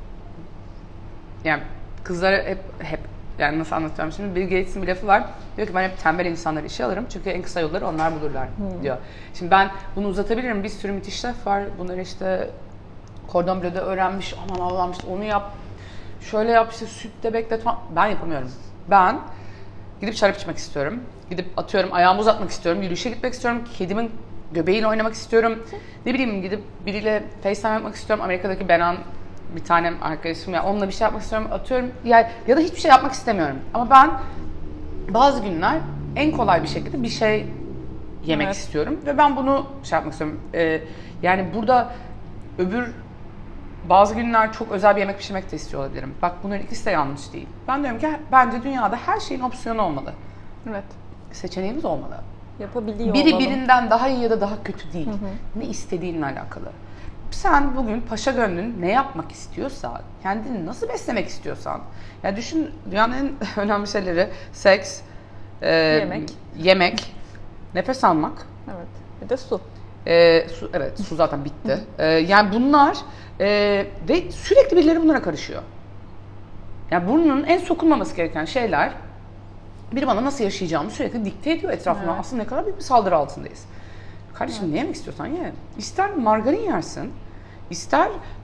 yani kızlara hep hep yani nasıl anlatacağım şimdi, Bill Gates'in bir lafı var. Diyor ki ben hep tembel insanları işe alırım çünkü en kısa yolları onlar bulurlar diyor. Şimdi ben bunu uzatabilirim. Bir sürü müthiş şef var. Bunları işte Cordon Bleu'de öğrenmiş. Aman Allah'ım işte onu yap. Şöyle yap işte, sütte beklet falan. Ben yapamıyorum. Ben gidip şarap içmek istiyorum. Gidip atıyorum ayağımı uzatmak istiyorum. Yürüyüşe gitmek istiyorum. Kedimin göbeğiyle oynamak istiyorum. Ne bileyim, gidip biriyle FaceTime yapmak istiyorum. Amerika'daki Benan bir tanem arkadaşım, ya onunla bir şey yapmak istiyorum. Atıyorum ya, ya da hiçbir şey yapmak istemiyorum. Ama ben bazı günler en kolay bir şekilde bir şey yemek Evet. istiyorum ve ben bunu şey yapmak istiyorum. Ee, yani burada öbür bazı günler çok özel bir yemek pişirmek de istiyor olabilirim. Bak bunların ikisi de yanlış değil. Ben diyorum ki bence dünyada her şeyin opsiyonu olmalı. Evet. Seçeneğimiz olmalı. Yapabiliyor Biri olalım. birinden daha iyi ya da daha kötü değil. Ne istediğinle alakalı. Sen bugün paşa gönlün ne yapmak istiyorsa, kendini nasıl beslemek istiyorsan. Ya düşün, dünyanın en önemli şeyleri seks, e, Yemek. yemek, nefes almak. Evet. Bir de su. E, su, evet, su zaten bitti. E, yani bunlar e, ve sürekli birileri bunlara karışıyor. Yani bunun en sokulmaması gereken şeyler, biri bana nasıl yaşayacağımı sürekli dikte ediyor etrafıma. Evet. Aslında ne kadar büyük bir saldırı altındayız. Kardeşim ne yemek istiyorsan ye. İster margarin yersin, ister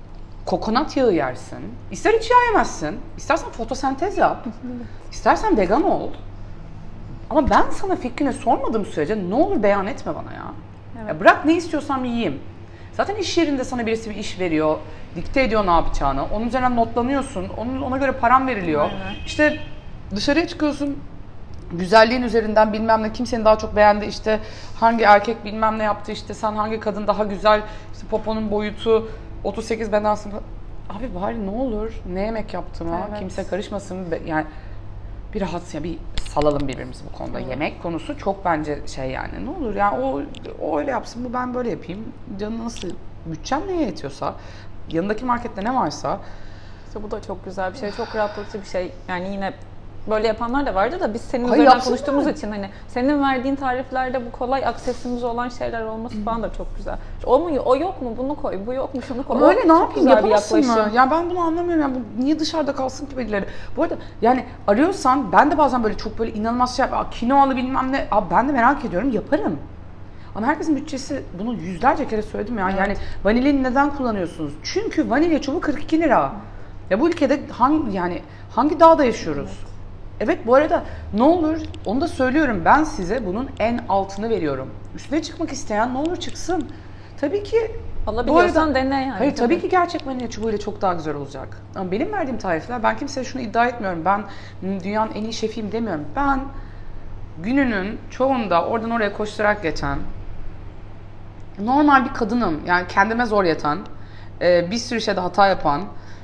kokonat yağı yersin. İster hiç yağ yemezsin. İstersen fotosentez yap. İstersen vegan ol. Ama ben sana fikrini sormadığım sürece ne olur beyan etme bana ya. Evet. Ya bırak ne istiyorsam yiyeyim. Zaten iş yerinde sana birisi bir iş veriyor. Dikte ediyor ne yapacağını. Onun üzerine notlanıyorsun. Onun, ona göre param veriliyor. Aynen. İşte dışarıya çıkıyorsun. Güzelliğin üzerinden bilmem ne, kimsenin daha çok beğendi, işte hangi erkek bilmem ne yaptı, işte sen hangi kadın daha güzel, işte poponun boyutu otuz sekiz bedensin. Abi bari ne olur ne yemek yaptığıma Evet. kimse karışmasın, yani bir rahat ya bir salalım birbirimizi bu konuda. Evet. Yemek konusu çok bence şey yani, ne olur yani o, o öyle yapsın, bu ben böyle yapayım. Canı nasıl, bütçem neye yetiyorsa, yanındaki markette ne varsa. İşte bu da çok güzel bir şey, çok rahatlatıcı bir şey. Yani yine böyle yapanlar da vardı da biz senin Hayır, üzerinden yapsınlar. konuştuğumuz için hani senin verdiğin tariflerde bu kolay aksesimiz olan şeyler olması falan da çok güzel. O mu, o yok mu, bunu koy, bu yok mu, şunu koy. Öyle O ne çok yapayım, güzel bir yapamazsın mı? yaklaşım. Ya ben bunu anlamıyorum. Yani bu niye dışarıda kalsın ki birileri? Bu arada yani arıyorsan ben de bazen böyle çok böyle inanılmaz şey yap, kinoalı bilmem ne. Abi ben de merak ediyorum, yaparım. Ama herkesin bütçesi, bunu yüzlerce kere söyledim ya. Evet. Yani vanilyayı neden kullanıyorsunuz? Çünkü vanilya çubuğu kırk iki lira. Ya bu ülkede hangi yani hangi dağda yaşıyoruz? Evet. Evet, bu arada ne olur onu da söylüyorum, ben size bunun en altını veriyorum. Üstüne çıkmak isteyen ne olur çıksın. Tabii ki Alabiliyorsan dene yani. Hayır tabii. tabii ki gerçek vanilya çubuğuyla çok daha güzel olacak. Ama benim verdiğim tarifler, ben kimseye şunu iddia etmiyorum. Ben dünyanın en iyi şefiyim demiyorum. Ben gününün çoğunda oradan oraya koşturarak geçen, normal bir kadınım. Yani kendime zor yatan, bir sürü şeyde hata yapan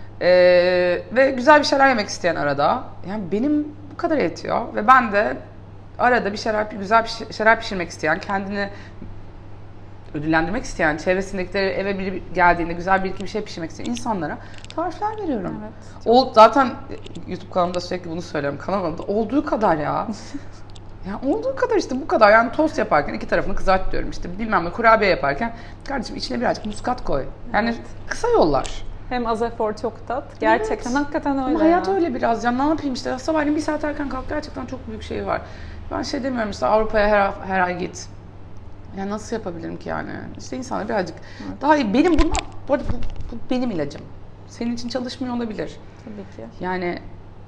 ve güzel bir şeyler yemek isteyen arada. Yani benim bu kadar yetiyor ve ben de arada bir şeyler, güzel bir şeyler pişirmek isteyen, kendini ödüllendirmek isteyen, çevresindekileri eve biri geldiğinde güzel bir iki bir şey pişirmek isteyen insanlara tarifler veriyorum. Evet. O zaten YouTube kanalımda sürekli bunu söylüyorum. Kanalımda olduğu kadar ya. Yani olduğu kadar işte bu kadar. Yani tost yaparken iki tarafını kızart diyorum. İşte bilmem ne kurabiye yaparken kardeşim içine birazcık muskat koy. Yani evet. Kısa yollar. Hem az efor çok tat. Gerçekten evet. Hakikaten öyle. Ama hayat ya. öyle biraz ya, ne yapayım işte sabahleyin bir saat erken kalk, gerçekten çok büyük şey var. Ben şey demiyorum işte Avrupa'ya her, her ay git. Yani nasıl yapabilirim ki yani? İşte insanlar birazcık evet. daha iyi. Benim bunlar, bu arada bu, bu benim ilacım. Senin için çalışmıyor olabilir. Tabii ki. Yani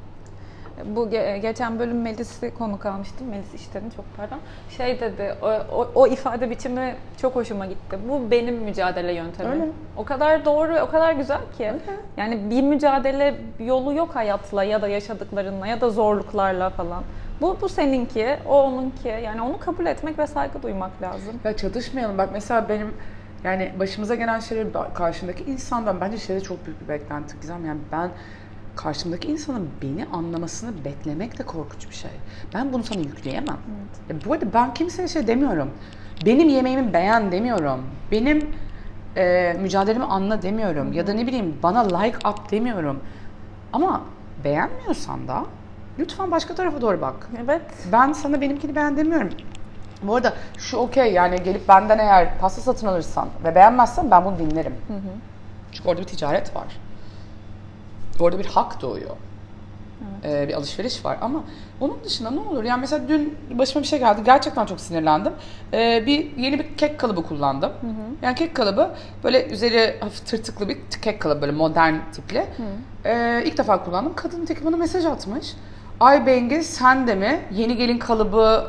bu ge- geçen bölüm Melis'i konuk almıştım. Melis İşten'i, çok pardon. Şey dedi, o, o, o ifade biçimi çok hoşuma gitti. Bu benim mücadele yöntemim. Öyle. O kadar doğru, o kadar güzel ki. Öyle. Yani bir mücadele yolu yok hayatla ya da yaşadıklarınla ya da zorluklarla falan. Bu, bu seninki, o onunki. Yani onu kabul etmek ve saygı duymak lazım. Ya çatışmayalım. Bak mesela benim yani başımıza gelen şeyler, karşımdaki insandan bence şeyde çok büyük bir beklenti Gizem. Yani ben karşımdaki insanın beni anlamasını beklemek de korkunç bir şey. Ben bunu sana yükleyemem. Evet. Ya bu arada ben kimseye şey demiyorum. Benim yemeğimi beğen demiyorum. Benim e, mücadelemi anla demiyorum. Hı-hı. Ya da ne bileyim bana like at demiyorum. Ama beğenmiyorsan da lütfen başka tarafa doğru bak. Evet. Ben sana benimkini beğen demiyorum. Bu arada şu okey, yani gelip benden eğer pasta satın alırsan ve beğenmezsen ben bunu dinlerim. Hı hı. Çünkü orada bir ticaret var. Orada bir hak doğuyor. Evet. Ee, bir alışveriş var ama onun dışında ne olur? Yani mesela dün başıma bir şey geldi. Gerçekten çok sinirlendim. Ee, bir yeni bir kek kalıbı kullandım. Hı hı. Yani kek kalıbı böyle üzeri hafif tırtıklı bir kek kalıbı, böyle modern tipli. Ee, ilk defa kullandım. Kadın teki bana mesaj atmış. Ay Bengi, sen de mi yeni gelin kalıbı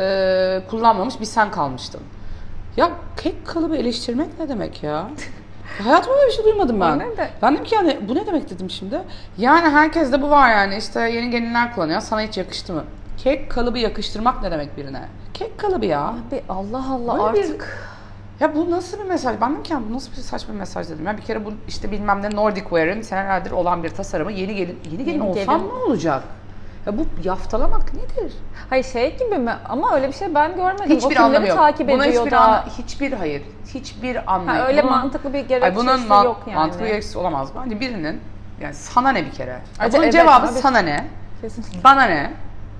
e, kullanmamış, bir sen kalmıştın. Ya kek kalıbı eleştirmek ne demek ya? Hayatımda böyle bir şey duymadım ben. Ben dedim ki yani bu ne demek dedim şimdi. Yani herkeste bu var yani, işte yeni gelinler kullanıyor. Sana hiç yakıştı mı? Kek kalıbı yakıştırmak ne demek birine? Kek kalıbı ya. Abi Allah Allah böyle artık. Bir, ya bu nasıl bir mesaj? Ben dedim ki bu nasıl bir saçma bir mesaj dedim. Ya bir kere bu işte bilmem ne Nordic Wear'in senelerdir olan bir tasarımı yeni gelin yeni gelin yeni olsam gelin. Ne olacak? Ya bu yaftalamak nedir? Hayır şey gibi mi? Ama öyle bir şey ben görmedim. Hiçbir o anlamı yok. Takip Buna ediyor hiçbir da. anla, hiçbir hayır. Hiçbir anlamı. Ha, öyle bunun, mantıklı bir gerekçesi bunun man- yok yani. Mantıklı bir gerekçesi olamaz. Bence birinin yani sana ne bir kere? Acı, bunun evet, cevabı abi. Sana ne? Kesinlikle. Bana ne?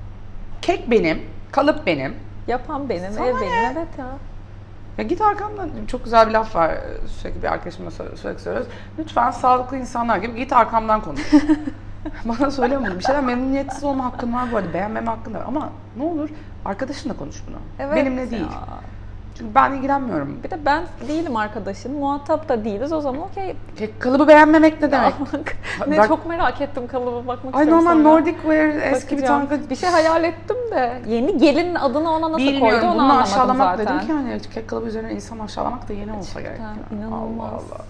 Kek benim, kalıp benim. Yapan benim, sana ev ne? benim. Evet ya. Ya git arkamdan, çok güzel bir laf var, sürekli bir arkadaşımla sürekli söylüyoruz. Lütfen sağlıklı insanlar gibi git arkamdan konuş. Bana söyleme bunu. Bir şeyden memnuniyetsiz olma hakkın var bu arada. Beğenmeme hakkın var. Ama ne olur arkadaşınla konuş bunu. Evet benimle değil. Ya. Çünkü ben ilgilenmiyorum. Bir de ben değilim arkadaşın, muhatap da değiliz. O zaman okey. Kek kalıbı beğenmemek ne demek? Ne Bak- çok merak ettim, kalıba bakmak Ay istiyorum normal sonra. Nordic wear eski bir Bakacağım. tane Bir şey hayal ettim de yeni gelinin adını ona nasıl koydu bilmiyorum. onu Bunu anlamadım aşağılamak zaten. dedim ki hani kek kalıbı üzerine insan aşağılamak da yeni olsa gerek. Gerçekten inanılmaz. Allah Allah.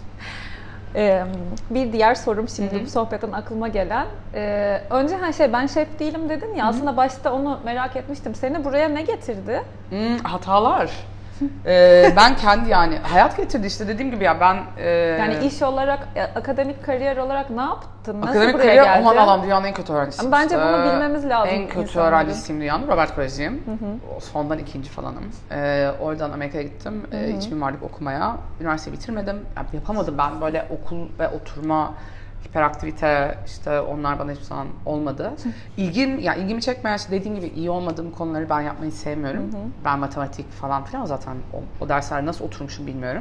Ee, bir diğer sorum şimdi Hı hı. bu sohbetten aklıma gelen. Ee, önce her şey ben şef değilim dedin ya, aslında başta onu merak etmiştim. Seni buraya ne getirdi? Hmm, hatalar. Ee, ben kendi yani hayat getirdi işte dediğim gibi ya ben e, Yani iş olarak, e, akademik kariyer olarak ne yaptın? Nasıl akademik buraya kariyer geldin? aman Allah'ım dünyanın en kötü öğrencisiyim. Ama bence işte. bunu bilmemiz lazım En kötü insanların. öğrencisiyim dünyanın. Robert Kolej'ciyim. Sondan ikinci falanım. Ee, oradan Amerika'ya gittim. Ee, iç mimarlık okumaya. Üniversiteyi bitirmedim. Yani yapamadım ben böyle okul ve oturma, hiperaktivite işte onlar bana hiçbir zaman olmadı. İlgim, yani ilgimi çekmeyen işte dediğim gibi iyi olmadığım konuları ben yapmayı sevmiyorum. Ben matematik falan filan zaten o, o dersler nasıl oturmuşum bilmiyorum.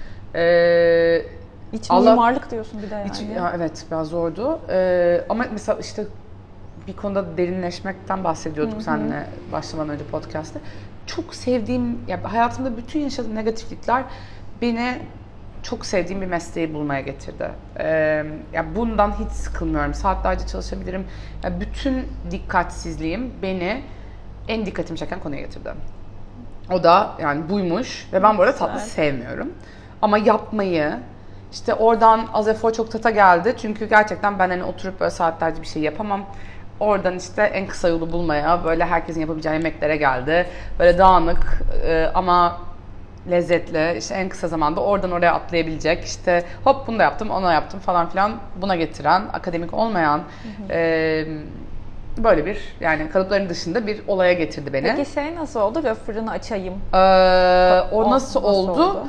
Ee, İç Allah- mimarlık diyorsun bir de yani. hiç, ya evet biraz zordu. Ee, ama mesela işte bir konuda derinleşmekten bahsediyorduk seninle başlamadan önce podcast'te. Çok sevdiğim, ya hayatımda bütün yaşadığım negatiflikler beni çok sevdiğim bir mesleği bulmaya getirdi. Ee, ya bundan hiç sıkılmıyorum. Saatlerce çalışabilirim. Ya bütün dikkatsizliğim beni en dikkatimi çeken konuya getirdi. O da yani buymuş ve ben bu arada tatlı Güzel. sevmiyorum. Ama yapmayı, işte oradan az efor çok tata geldi. Çünkü gerçekten ben hani oturup böyle saatlerce bir şey yapamam. Oradan işte en kısa yolu bulmaya, böyle herkesin yapabileceği yemeklere geldi. Böyle dağınık e, ama lezzetli, işte en kısa zamanda oradan oraya atlayabilecek, işte hop bunu da yaptım, onu da yaptım falan filan buna getiren, akademik olmayan e, böyle bir yani kalıpların dışında bir olaya getirdi beni. Peki şey nasıl oldu? Röf fırını açayım. Ee, o nasıl, oldu?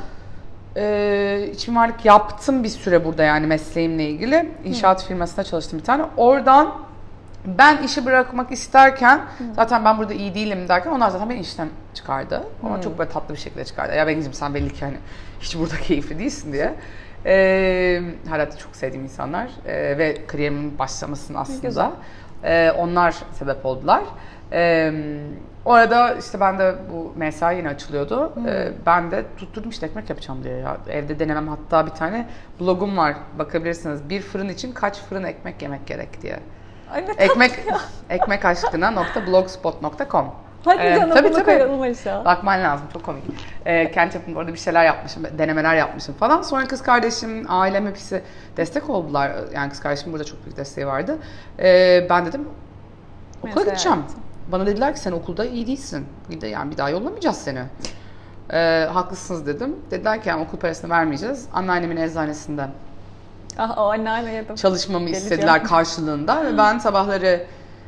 Ee, iç mimarlık yaptım bir süre burada yani mesleğimle ilgili. İnşaat firmasında çalıştım bir tane. Oradan ben işi bırakmak isterken zaten ben burada iyi değilim derken onlar zaten beni işten çıkardı. Ama çok böyle tatlı bir şekilde çıkardı. Ya Bengicim sen belli ki hani hiç burada keyifli değilsin diye. Ee, hala da çok sevdiğim insanlar ee, ve kariyerimin başlamasının aslında güzel. ee, onlar sebep oldular. Ee, orada işte ben de bu mesai yine açılıyordu. Ee, ben de tutturdum işte ekmek yapacağım diye ya. Evde denemem, hatta bir tane blogum var bakabilirsiniz. Bir fırın için kaç fırın ekmek yemek gerek diye. Ay ne tatlı Ekmek ya. ekmek aşkına nokta blogspot nokta com. Hadi Ee, canım tabii, bunu tabii. koyalım aşağı. Bakman lazım, çok komik. Ee, kendi çapımda orada bir şeyler yapmışım, denemeler yapmışım falan. Sonra kız kardeşim, ailem hepsi destek oldular. Yani kız kardeşim burada çok büyük desteği vardı. Ee, ben dedim okula Mesela gideceğim. evet. Bana dediler ki sen okulda iyi değilsin. Bir de yani bir daha yollamayacağız seni. Ee, haklısınız dedim. Dediler ki yani okul parasını vermeyeceğiz. Anneannemin eczanesinde Ah o anneanne yedim. çalışmamı Geleceğim. istediler karşılığında ve ben sabahları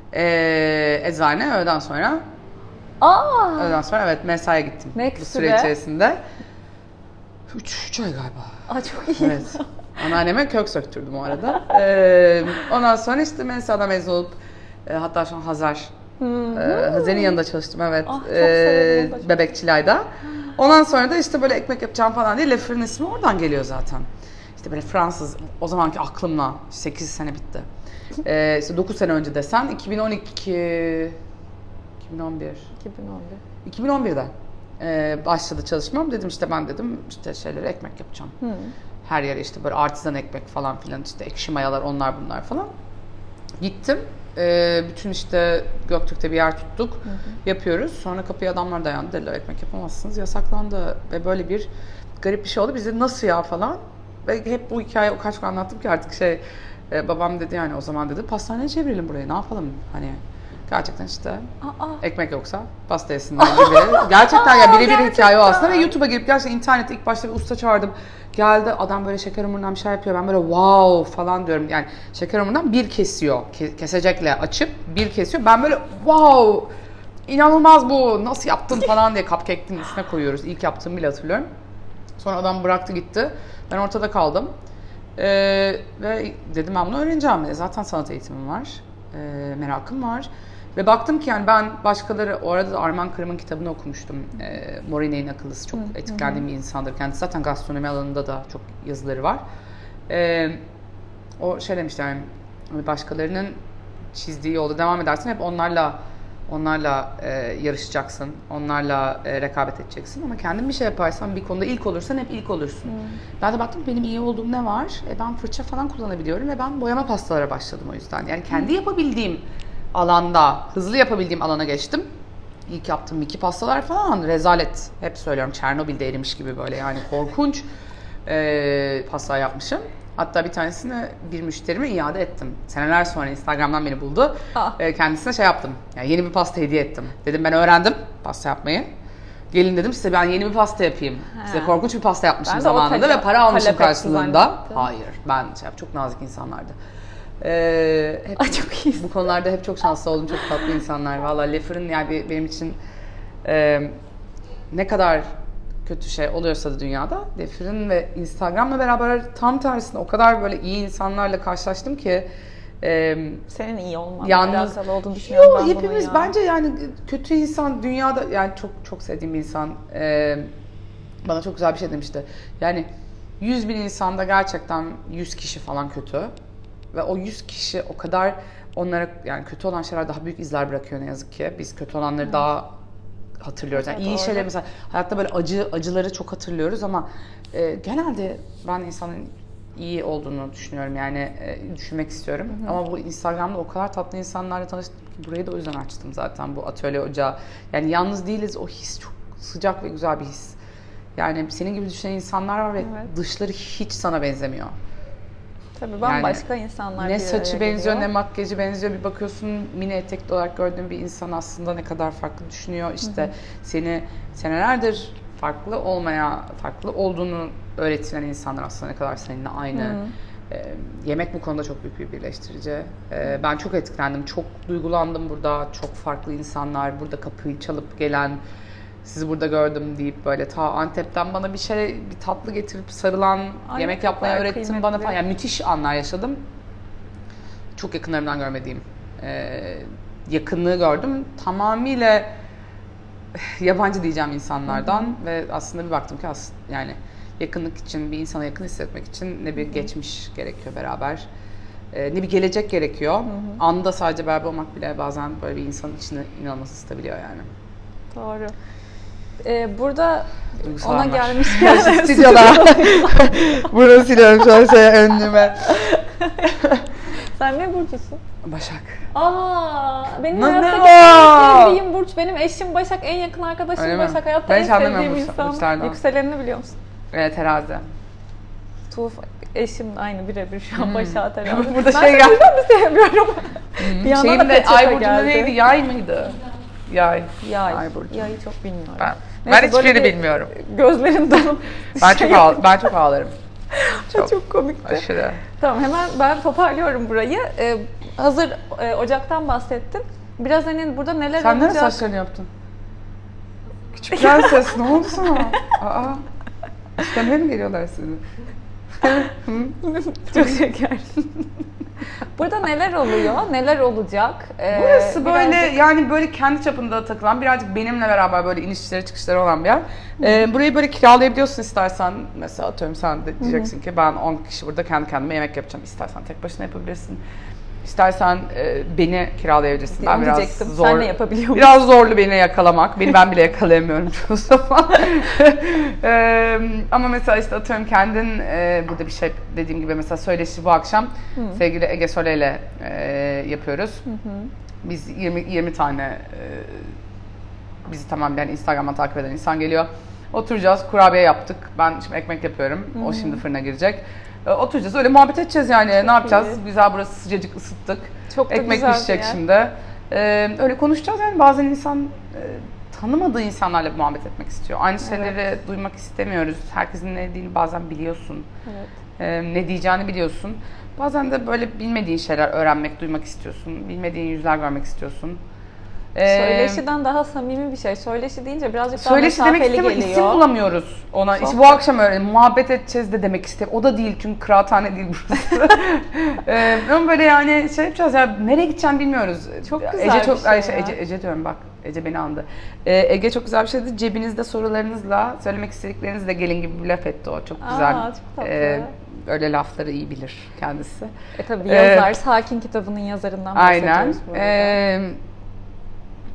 e, eczane öğleden sonra Aa! öğleden sonra evet mesaiye gittim. Ne bu süre? süre içerisinde. üç ay galiba. Aa çok iyi. Evet. Anneanneme kök söktürdüm o arada. Ee, ondan sonra işte Mensah'da mezun olup e, hatta şu an Hazar Hmm. e, Hazar'ın yanında çalıştım evet. Ah, çok Ee, severim onu da çok. Bebekçilay'da. Ondan sonra da işte böyle ekmek yapacağım falan diye Le Fırın ismi oradan geliyor zaten. İşte böyle Fransız, o zamanki aklımla sekiz sene bitti. Ee, işte dokuz sene önce desen iki bin on iki iki bin on bir iki bin on bir. iki bin on birde e, başladı çalışmam. Dedim işte ben dedim işte şeyleri ekmek yapacağım. Hmm. Her yere işte böyle artizan ekmek falan filan işte ekşi mayalar onlar bunlar falan. Gittim. E, bütün işte Göktürk'te bir yer tuttuk. Yapıyoruz. Sonra kapıya adamlar dayandı. Dediler ekmek yapamazsınız. Yasaklandı. Ve böyle bir garip bir şey oldu. Biz de nasıl ya falan. Ve hep bu hikayeyi o kaç gün anlattım ki artık şey e, babam dedi yani o zaman dedi pastaneye çevirelim burayı ne yapalım hani gerçekten işte Aa. ekmek yoksa pasta yesinler gibi. Gerçekten ya birebir Gerçekten. hikaye o aslında ve YouTube'a girip gerçekten internette ilk başta bir usta çağırdım. Geldi adam böyle şeker hamurundan bir şey yapıyor. Ben böyle wow falan diyorum. Yani şeker hamurundan bir kesiyor. Ke- kesecekle açıp bir kesiyor. Ben böyle wow inanılmaz bu nasıl yaptın falan diye cupcake'in üstüne koyuyoruz. İlk yaptığımı bile hatırlıyorum. Sonra adam bıraktı gitti. Ben ortada kaldım. Ee, ve dedim ben bunu öğreneceğim. E, Zaten sanat eğitimim var. Ee, merakım var. Ve baktım ki yani ben başkaları, o arada da Arman Kırım'ın kitabını okumuştum. Ee, Morine'nin akıllısı çok etkilendiğim bir insandır. Kendisi zaten gastronomi alanında da çok yazıları var. Ee, o şey demişti yani başkalarının çizdiği yolda devam edersen hep onlarla Onlarla e, yarışacaksın, onlarla e, rekabet edeceksin ama kendin bir şey yaparsan, bir konuda ilk olursan hep ilk olursun. Hmm. Ben de baktım benim iyi olduğum ne var? E, ben fırça falan kullanabiliyorum ve ben boyama pastalara başladım o yüzden. Yani kendi hmm. yapabildiğim alanda, hızlı yapabildiğim alana geçtim. İlk yaptığım iki pastalar falan rezalet. Hep söylüyorum, Çernobil'de erimiş gibi böyle yani korkunç e, pasta yapmışım. Hatta bir tanesini bir müşterime iade ettim. Seneler sonra Instagram'dan beni buldu. E, kendisine şey yaptım. Yani yeni bir pasta hediye ettim. Dedim ben öğrendim pasta yapmayı. Gelin dedim size ben yeni bir pasta yapayım. He. Size korkunç bir pasta yapmışım ben zamanında ve para almışım karşılığında. Hayır, ben şey yap, çok nazik insanlardı. Ee, hep, Ay çok iyi. Bu konularda hep çok şanslı oldum, çok tatlı insanlar. Vallahi Leffer'ın yani benim için e, ne kadar kötü şey oluyorsa da dünyada, Leffer'ın ve Instagram'la beraber tam tersine o kadar böyle iyi insanlarla karşılaştım ki e, senin iyi olman yalnız olduğunu düşünüyorum ben hepimiz ya. Bence yani kötü insan dünyada yani çok çok sevdiğim bir insan e, bana çok güzel bir şey demişti. Yani yüz bin insanda gerçekten yüz kişi falan kötü. Ve o yüz kişi o kadar onlara yani kötü olan şeyler daha büyük izler bırakıyor ne yazık ki. Biz kötü olanları evet. daha hatırlıyoruz. Yani evet, iyi şeyler mesela hayatta böyle acı acıları çok hatırlıyoruz ama e, genelde ben insanın iyi olduğunu düşünüyorum yani e, düşünmek istiyorum. Hı hı. Ama bu Instagram'da o kadar tatlı insanlarla tanıştım ki burayı da o yüzden açtım zaten bu atölye ocağı. Yani yalnız değiliz, o his çok sıcak ve güzel bir his. Yani senin gibi düşünen insanlar var ve evet. dışları hiç sana benzemiyor. Tabii bambaşka yani, insanlar. Ne saçı benziyor, ne makyajı benziyor. Bir bakıyorsun mini etekli olarak gördüğün bir insan aslında ne kadar farklı düşünüyor. İşte hı hı. seni senelerdir farklı olmaya, farklı olduğunu öğretilen insanlar aslında ne kadar seninle aynı. Hı. E, yemek bu konuda çok büyük bir birleştirici. E, ben çok etkilendim, çok duygulandım burada. Çok farklı insanlar, burada kapıyı çalıp gelen, sizi burada gördüm deyip böyle ta Antep'ten bana bir şey, bir tatlı getirip sarılan, ay, yemek yapmayı öğrettin kıymetli. Bana falan. Yani müthiş anlar yaşadım. Çok yakınlarımdan görmediğim e, yakınlığı gördüm. Tamamıyla yabancı diyeceğim insanlardan. Hı hı. Ve aslında bir baktım ki aslında yani yakınlık için, bir insana yakın hissetmek için ne bir geçmiş gerekiyor beraber, e, ne bir gelecek gerekiyor. Hı hı. Anda sadece beraber olmak bile bazen böyle bir insanın içine inanılmaz ısıtabiliyor yani. Doğru. Ee, burada Duygusal ona gelmişken stüdyoda bunu siliyorum şu an şey önlüğüme. Sen ne burcusun? Başak. Aa, benim ne hayattaki en sevdiğim burç. Benim eşim Başak, en yakın arkadaşım öyle Başak. Hayatta ben en sevdiğim insan. Burçlardan. Yükselenini biliyor musun? Evet, terazi. Tuf, eşim de aynı birebir şu an hmm. Başak terazi. Burada şey geldi. Ben de sevmiyorum. Hmm. Bir yandan da ay burcunda neydi? Yay mıydı? Yay. Yay. Yay burcu. Yay'ı çok bilmiyorum. Ben, ben hiçbirini bilmiyorum. Gözlerin donup ben çok ağ, ben çok ağlarım. Çok, çok komikti. Aşırı. Tamam, hemen ben toparlıyorum burayı. Ee, hazır e, Ocak'tan bahsettin. Biraz hani burada neler sen olacak? Sen nereye saçlarını yaptın? Küçük prenses ne oldu sana? Aa. İstemeye mi geliyorlar sizi? Çok şeker. Burada neler oluyor, neler olacak? Ee, Burası böyle birazcık... yani böyle kendi çapında takılan, birazcık benimle beraber böyle inişleri çıkışları olan bir yer. Ee, burayı böyle kiralayabiliyorsun istersen. Mesela atıyorum sen de diyeceksin Hı-hı. ki ben on kişi burada kendi kendime yemek yapacağım. İstersen tek başına yapabilirsin. İstersen e, beni kiralayabilirsin. Ben biraz zor. Sen ne yapabiliyor musun? Biraz zorlu beni yakalamak. Beni ben bile yakalayamıyorum çoğu zaman. e, ama mesela işte atıyorum kendin e, burada bir şey dediğim gibi mesela söyleşi bu akşam Hı. sevgili Ege Söle ile e, yapıyoruz. Hı hı. Biz yirmi yirmi tane e, bizi tamamen Instagram'dan takip eden insan geliyor. Oturacağız, kurabiye yaptık. Ben şimdi ekmek yapıyorum. Hı hı. O şimdi fırına girecek. Oturacağız, öyle muhabbet edeceğiz yani. Çok ne yapacağız? İyi. Güzel, burası sıcacık ısıttık. Çok da ekmek pişecek şimdi. Ee, öyle konuşacağız yani. Bazen insan e, tanımadığı insanlarla muhabbet etmek istiyor. Aynı şeyleri evet. duymak istemiyoruz. Herkesin ne dediğini bazen biliyorsun. Evet. Ee, ne diyeceğini biliyorsun. Bazen de böyle bilmediğin şeyler öğrenmek, duymak istiyorsun. Bilmediğin yüzler görmek istiyorsun. Söyleşiden daha samimi bir şey. Söyleşi deyince birazcık daha mesafeli geliyor. Söyleşi demek istemiyorum. İsim bulamıyoruz ona. İşte bu akşam öyle muhabbet edeceğiz de demek istemiyorum. O da değil çünkü kıraathane değil burası. ee, ama böyle yani şey yapacağız ya, nereye gideceğim bilmiyoruz. Çok güzel Ece bir çok, şey Ece, Ece, Ece diyorum bak. Ece beni andı. Ee, Ege çok güzel bir şeydi. Cebinizde sorularınızla, söylemek istediklerinizle gelin gibi bir laf etti o. Çok güzel. Aa, çok tatlı. Ee, öyle lafları iyi bilir kendisi. E tabii yazar, ee, Sakin kitabının yazarından bahsediyoruz aynen. bu arada. Ee,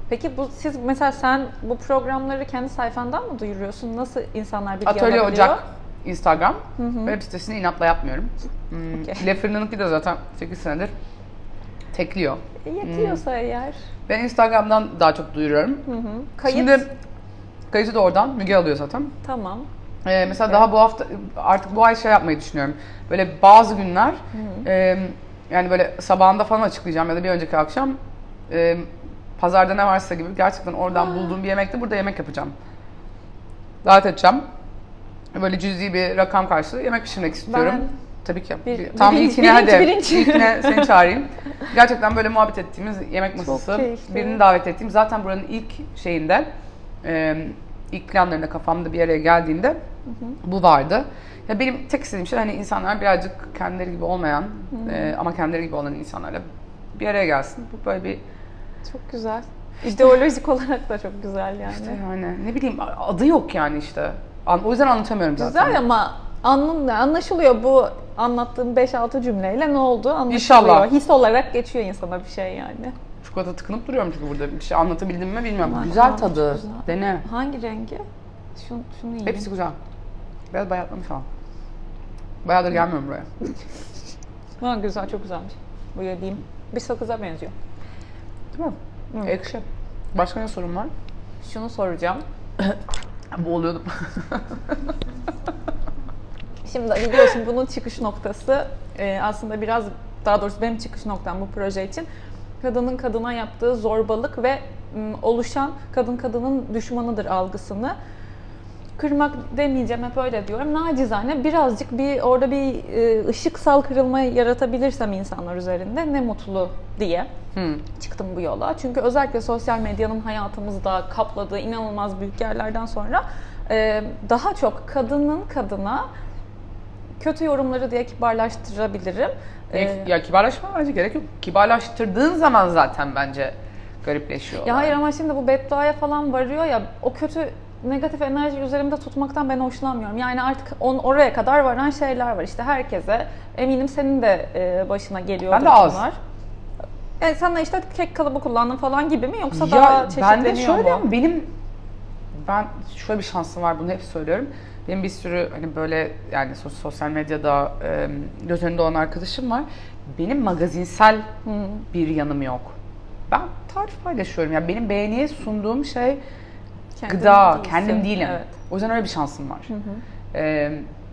Peki bu siz mesela sen bu programları kendi sayfandan mı duyuruyorsun? Nasıl insanlar bilgi Atölye alabiliyor? Ocak Instagram. Web sitesini inatla yapmıyorum. Hmm, Okay. Leffer'ınki de zaten sekiz senedir tekliyor. E, Yetiyorsa eğer. Ben Instagram'dan daha çok duyuruyorum. Hı hı. Kayıt. Şimdi kayıtı da oradan. Müge alıyor zaten. Tamam. Ee, mesela daha bu hafta artık bu ay şey yapmayı düşünüyorum. Böyle bazı günler e, yani böyle sabahında falan açıklayacağım ya da bir önceki akşam e, pazarda ne varsa gibi gerçekten oradan bulduğum bir yemekte burada yemek yapacağım. Davet edeceğim. Böyle cüzi bir rakam karşılığı yemek pişirmek istiyorum. Ben Tabii ki. bir- Tam bilinç- ilkine bilinç- hadi. bilinç. İlkine seni çağırayım. Gerçekten böyle muhabbet ettiğimiz yemek masası. keyifli. Birini davet ettiğim zaten buranın ilk şeyinde e, ilk planlarında kafamda bir araya geldiğinde bu vardı. Ya benim tek istediğim şey hani insanlar birazcık kendileri gibi olmayan e, ama kendileri gibi olan insanlarla bir araya gelsin. Bu böyle bir Çok güzel. İdeolojik olarak da çok güzel yani. işte yani ne bileyim adı yok yani işte. An- O yüzden anlatamıyorum zaten. Güzel ama anın- anlaşılıyor bu anlattığım beş altı cümleyle ne oldu anlaşılıyor. İnşallah. His olarak geçiyor insana bir şey yani. Çikolata tıkınıp duruyorum çünkü burada bir şey anlatabildim mi bilmiyorum. Aman, Güzel aman, tadı. çok güzel. Dene. Hangi rengi? Şunu, şunu yiyeyim. Hepsi güzel. Biraz bayatlamış ama. Bayağıdır gelmiyorum buraya. Ha, güzel, çok güzelmiş. Bu yediğim bir sakıza benziyor. Değil mi? Hı. Ekşi. Başka ne sorun var? Şunu soracağım. Boğuluyordum. Şimdi biliyorsun bunun çıkış noktası e, aslında biraz, daha doğrusu benim çıkış noktam bu proje için kadının kadına yaptığı zorbalık ve m, oluşan kadın kadının düşmanıdır algısını kırmak demeyeceğim, hep öyle diyorum. Nacizane birazcık bir orada bir e, ışıksal kırılma yaratabilirsem insanlar üzerinde ne mutlu diye Hmm. çıktım bu yola. Çünkü özellikle sosyal medyanın hayatımızda kapladığı inanılmaz büyük yerlerden sonra e, daha çok kadının kadına kötü yorumları diye kibarlaştırabilirim. Ya, Ee, ya kibarlaşma bence gerek yok. Kibarlaştırdığın zaman zaten bence garipleşiyor. ya hayır ama şimdi bu bedduaya falan varıyor ya, o kötü negatif enerji üzerimde tutmaktan ben hoşlanmıyorum. Yani artık on, oraya kadar varan şeyler var. İşte herkese, eminim senin de e, başına geliyordur Ben de az. bunlar. Yani sen de işte kek kalıbı kullandın falan gibi mi, yoksa Ya daha ben çeşitleniyor de şöyle mu? ama benim ben şöyle bir şansım var, bunu hep söylüyorum. Benim bir sürü hani böyle yani sos- sosyal medyada e, göz önünde olan arkadaşım var. Benim magazinsel bir yanım yok. Ben tarif paylaşıyorum. Yani benim beğeniye sunduğum şey Kendin gıda, değilsin. kendim değilim. Evet. O yüzden öyle bir şansım var. Ee,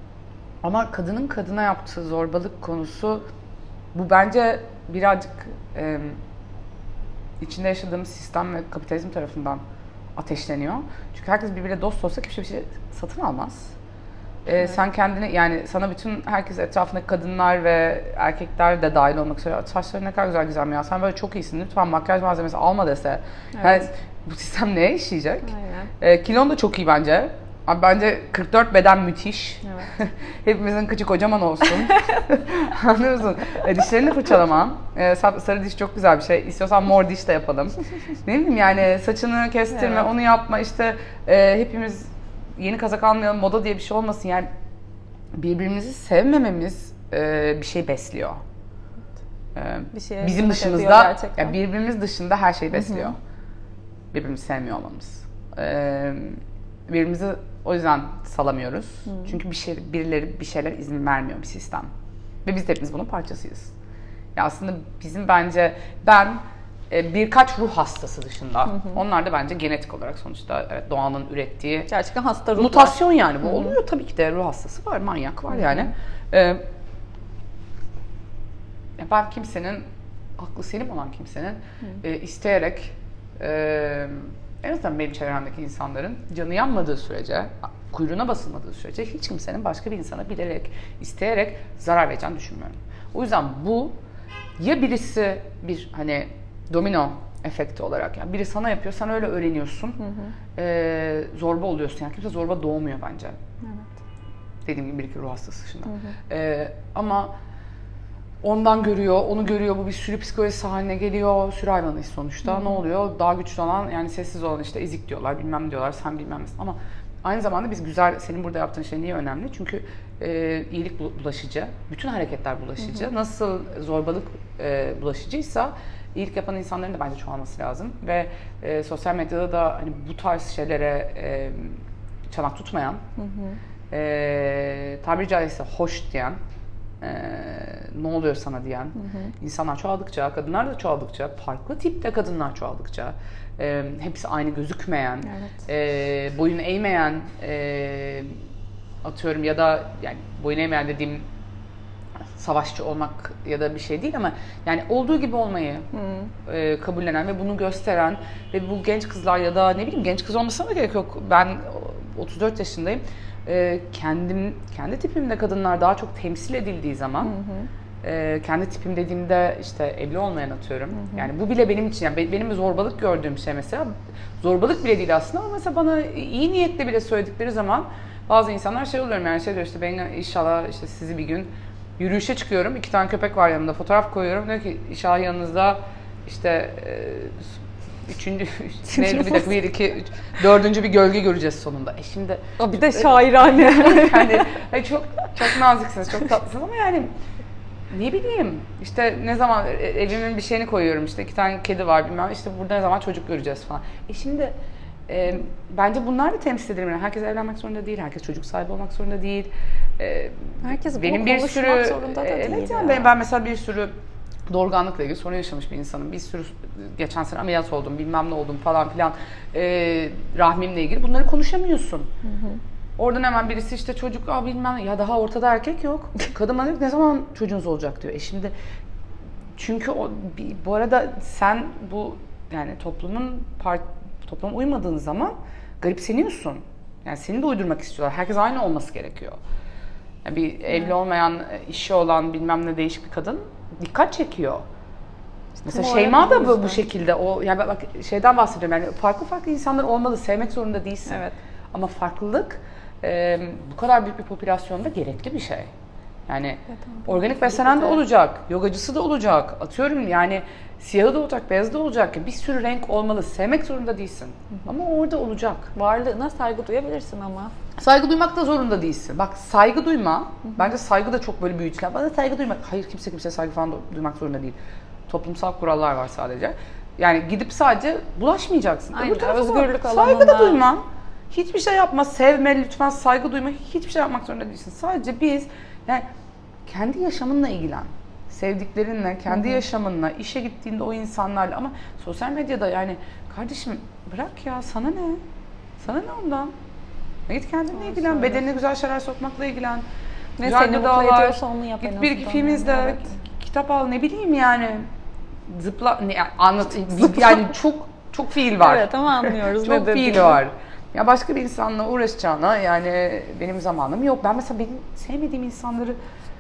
ama kadının kadına yaptığı zorbalık konusu, bu bence birazcık e, içinde yaşadığımız sistem ve kapitalizm tarafından ateşleniyor. Çünkü herkes birbiriyle dost olsa kimse bir şey satın almaz. Ee, Evet. Sen kendini, yani sana bütün herkes, etrafındaki kadınlar ve erkekler de dahil olmak üzere, saçların ne kadar güzel güzel mi ya, sen böyle çok iyisin, lütfen makyaj malzemesi alma dese. Evet. Yani bu sistem neye işleyecek? Aynen. Ee, kilon da çok iyi bence. Abi bence kırk dört beden müthiş. Evet. Hepimizin kıçı kocaman olsun. Anlıyor musun? E, dişlerini fırçalama. E, sa- sarı diş çok güzel bir şey. İstiyorsan mor diş de yapalım. Ne bileyim yani, saçını kestirme, Evet. onu yapma işte. E, hepimiz yeni kazak almayalım, moda diye bir şey olmasın. Yani birbirimizi sevmememiz e, bir şey besliyor. E, Bir şeye bizim hizmet ediyor dışımızda, gerçekten. ya birbirimiz dışında her şeyi besliyor. Birbirimizi sevmiyor olmamız. E, birbirimizi o yüzden salamıyoruz. Çünkü bir şey, birileri bir şeyler izin vermiyor, bir sistem. Ve biz de hepimiz bunun parçasıyız. Ya aslında bizim bence, ben e, birkaç ruh hastası dışında, onlar da bence genetik olarak sonuçta evet, doğanın ürettiği Gerçekten hasta ruhlar. mutasyon yani bu. Oluyor tabii ki de, ruh hastası var, manyak var yani. Ee, ben kimsenin, aklı selim olan kimsenin e, isteyerek e, en azından benim çevremdeki insanların canı yanmadığı sürece, kuyruğuna basılmadığı sürece hiç kimsenin başka bir insana bilerek, isteyerek zarar vereceğini düşünmüyorum. O yüzden bu, ya birisi bir hani domino efekti olarak, yani biri sana yapıyor, sen öyle öğreniyorsun, hı hı. E, zorba oluyorsun. Yani kimse zorba doğmuyor bence. Evet. Dediğim gibi bir iki ruh hastası dışında. Hı hı. E, ama ondan görüyor, onu görüyor, bu bir sürü psikolojisi haline geliyor. Sürü hayvanıyız sonuçta. Hı hı. Ne oluyor? Daha güçlü olan, yani sessiz olan işte ezik diyorlar, bilmem diyorlar, sen bilmem misin. Ama aynı zamanda biz güzel, senin burada yaptığın şey niye önemli? Çünkü e, iyilik bulaşıcı, bütün hareketler bulaşıcı. Hı hı. Nasıl zorbalık e, bulaşıcıysa iyilik yapan insanların da bence çoğalması lazım. Ve e, sosyal medyada da hani bu tarz şeylere e, çanak tutmayan, hı hı. E, tabiri caizse hoş diyen, e, ne oluyor sana diyen hı hı. insanlar çoğaldıkça, kadınlar da çoğaldıkça, farklı tipte kadınlar çoğaldıkça, e, hepsi aynı gözükmeyen, evet. e, boyun eğmeyen, e, atıyorum ya da yani boyun eğmeyen dediğim savaşçı olmak ya da bir şey değil ama yani olduğu gibi olmayı hmm. e, kabullenen ve bunu gösteren ve bu genç kızlar ya da ne bileyim genç kız olmasına da gerek yok. Ben otuz dört yaşındayım. E, kendim kendi tipimde kadınlar daha çok temsil edildiği zaman hmm. e, kendi tipim dediğimde işte evli olmayan atıyorum. Hmm. Yani bu bile benim için yani benim bir zorbalık gördüğüm şey mesela zorbalık bile değil aslında ama mesela bana iyi niyetle bile söyledikleri zaman bazı insanlar şey oluyorum yani şey diyor işte ben inşallah işte sizi bir gün yürüyüşe çıkıyorum. İki tane köpek var yanımda. Fotoğraf koyuyorum. Diyor ki inşallah yanınızda işte e, üçüncü, neydi bir dakika, bir, iki, üç, dördüncü bir gölge göreceğiz sonunda. E şimdi... O bir de şairane. Yani, yani çok çok naziksiniz, çok tatlısınız ama yani ne bileyim işte ne zaman evimin bir şeyini koyuyorum işte iki tane kedi var bilmem işte burada ne zaman çocuk göreceğiz falan. E şimdi e, bence bunlar da temsil edilir. Herkes evlenmek zorunda değil, herkes çocuk sahibi olmak zorunda değil. E, herkes benim bir sürü zorunda da evet değil yani ben, ben mesela bir sürü doğurganlıkla ilgili sorun yaşamış bir insanım. Bir sürü geçen sene ameliyat oldum, bilmem ne oldum falan filan. E, rahmimle ilgili bunları konuşamıyorsun. Hı hı. Oradan hemen birisi işte çocuk aa bilmem ya daha ortada erkek yok. Kadın bana diyor ne zaman çocuğunuz olacak diyor. E şimdi çünkü o, bu arada sen bu yani toplumun part, topluma uymadığın zaman garipseniyorsun. Yani seni de uydurmak istiyorlar. Herkes aynı olması gerekiyor. Yani bir evet. evli olmayan, işi olan bilmem ne değişik bir kadın dikkat çekiyor. İşte mesela Şeyma da bu, bu şekilde. O yani bak şeyden bahsediyorum. Yani farklı farklı insanlar olmalı. Sevmek zorunda değilsin. Evet. Ama farklılık e, bu kadar büyük bir popülasyonda gerekli bir şey. Yani evet, organik beslenen de olacak, yogacısı da olacak. Atıyorum yani siyahı da olacak, beyazı da olacak. Bir sürü renk olmalı. Sevmek zorunda değilsin. Hı hı. Ama orada olacak. Varlığına saygı duyabilirsin ama. Saygı duymak da zorunda değilsin. Bak saygı duyma, hı hı. bence saygı da çok böyle büyütülen. Bana saygı duymak, hayır kimse kimseye saygı falan duymak zorunda değil. Toplumsal kurallar var sadece. Yani gidip sadece bulaşmayacaksın. Aynen, özgürlük alanında. Saygı da duyma. Hiçbir şey yapma, sevme lütfen, saygı duyma. Hiçbir şey yapmak zorunda değilsin. Sadece biz yani kendi yaşamınla ilgilen. Sevdiklerinle, kendi hı hı. yaşamınla, işe gittiğinde o insanlarla ama sosyal medyada yani kardeşim bırak ya sana ne? Sana ne ondan? Git kendinle Doğru ilgilen, söyle. Bedenine güzel şeyler sokmakla ilgilen. Ne seni mutlu ediyorsa onu yap. Git bir iki film izle, evet. kitap al ne bileyim yani. Zıpla, ne, anlat, yani çok çok fiil var. Evet ama anlıyoruz. Çok fiil var. Ya başka bir insanla uğraşacağına yani benim zamanım yok. Ben mesela benim sevmediğim insanları